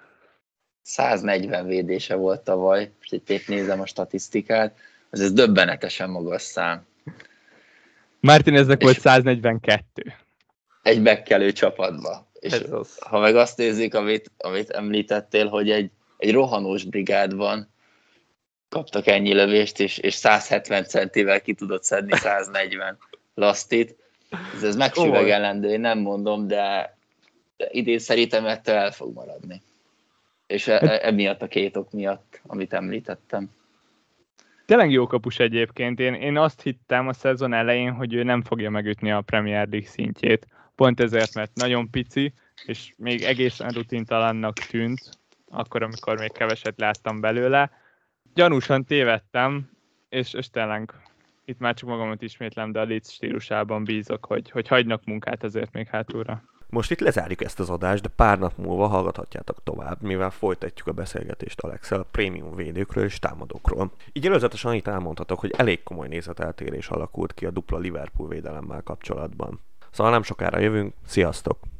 140 védése volt tavaly, most itt nézem a statisztikát, ez döbbenetesen magas szám. Martineznek volt 142. Egy bekkelő csapatba. És ha meg azt nézzük, amit említettél, hogy egy rohanós brigádban kaptak ennyi lövést, és 170 centivel ki tudott szedni 140 lasztit. Ez megsüvegelendő, én nem mondom, de idén szerintem ettől el fog maradni. És emiatt a két ok miatt, amit említettem. Tényleg jó kapus egyébként. Én azt hittem a szezon elején, hogy ő nem fogja megütni a Premier League szintjét. Pont ezért, mert nagyon pici, és még egészen rutintalannak tűnt, akkor, amikor még keveset láttam belőle. Gyanúsan tévedtem, és tényleg itt már csak magamat ismétlem, de a Leeds stílusában bízok, hogy hagynak munkát ezért még hátulra. Most itt lezárjuk ezt az adást, de pár nap múlva hallgathatjátok tovább, mivel folytatjuk a beszélgetést Alex-el a prémium védőkről és támadókról. Így előzetesen annyit elmondhatok, hogy elég komoly nézeteltérés alakult ki a dupla Liverpool védelemmel kapcsolatban. Szóval nem sokára jövünk, sziasztok!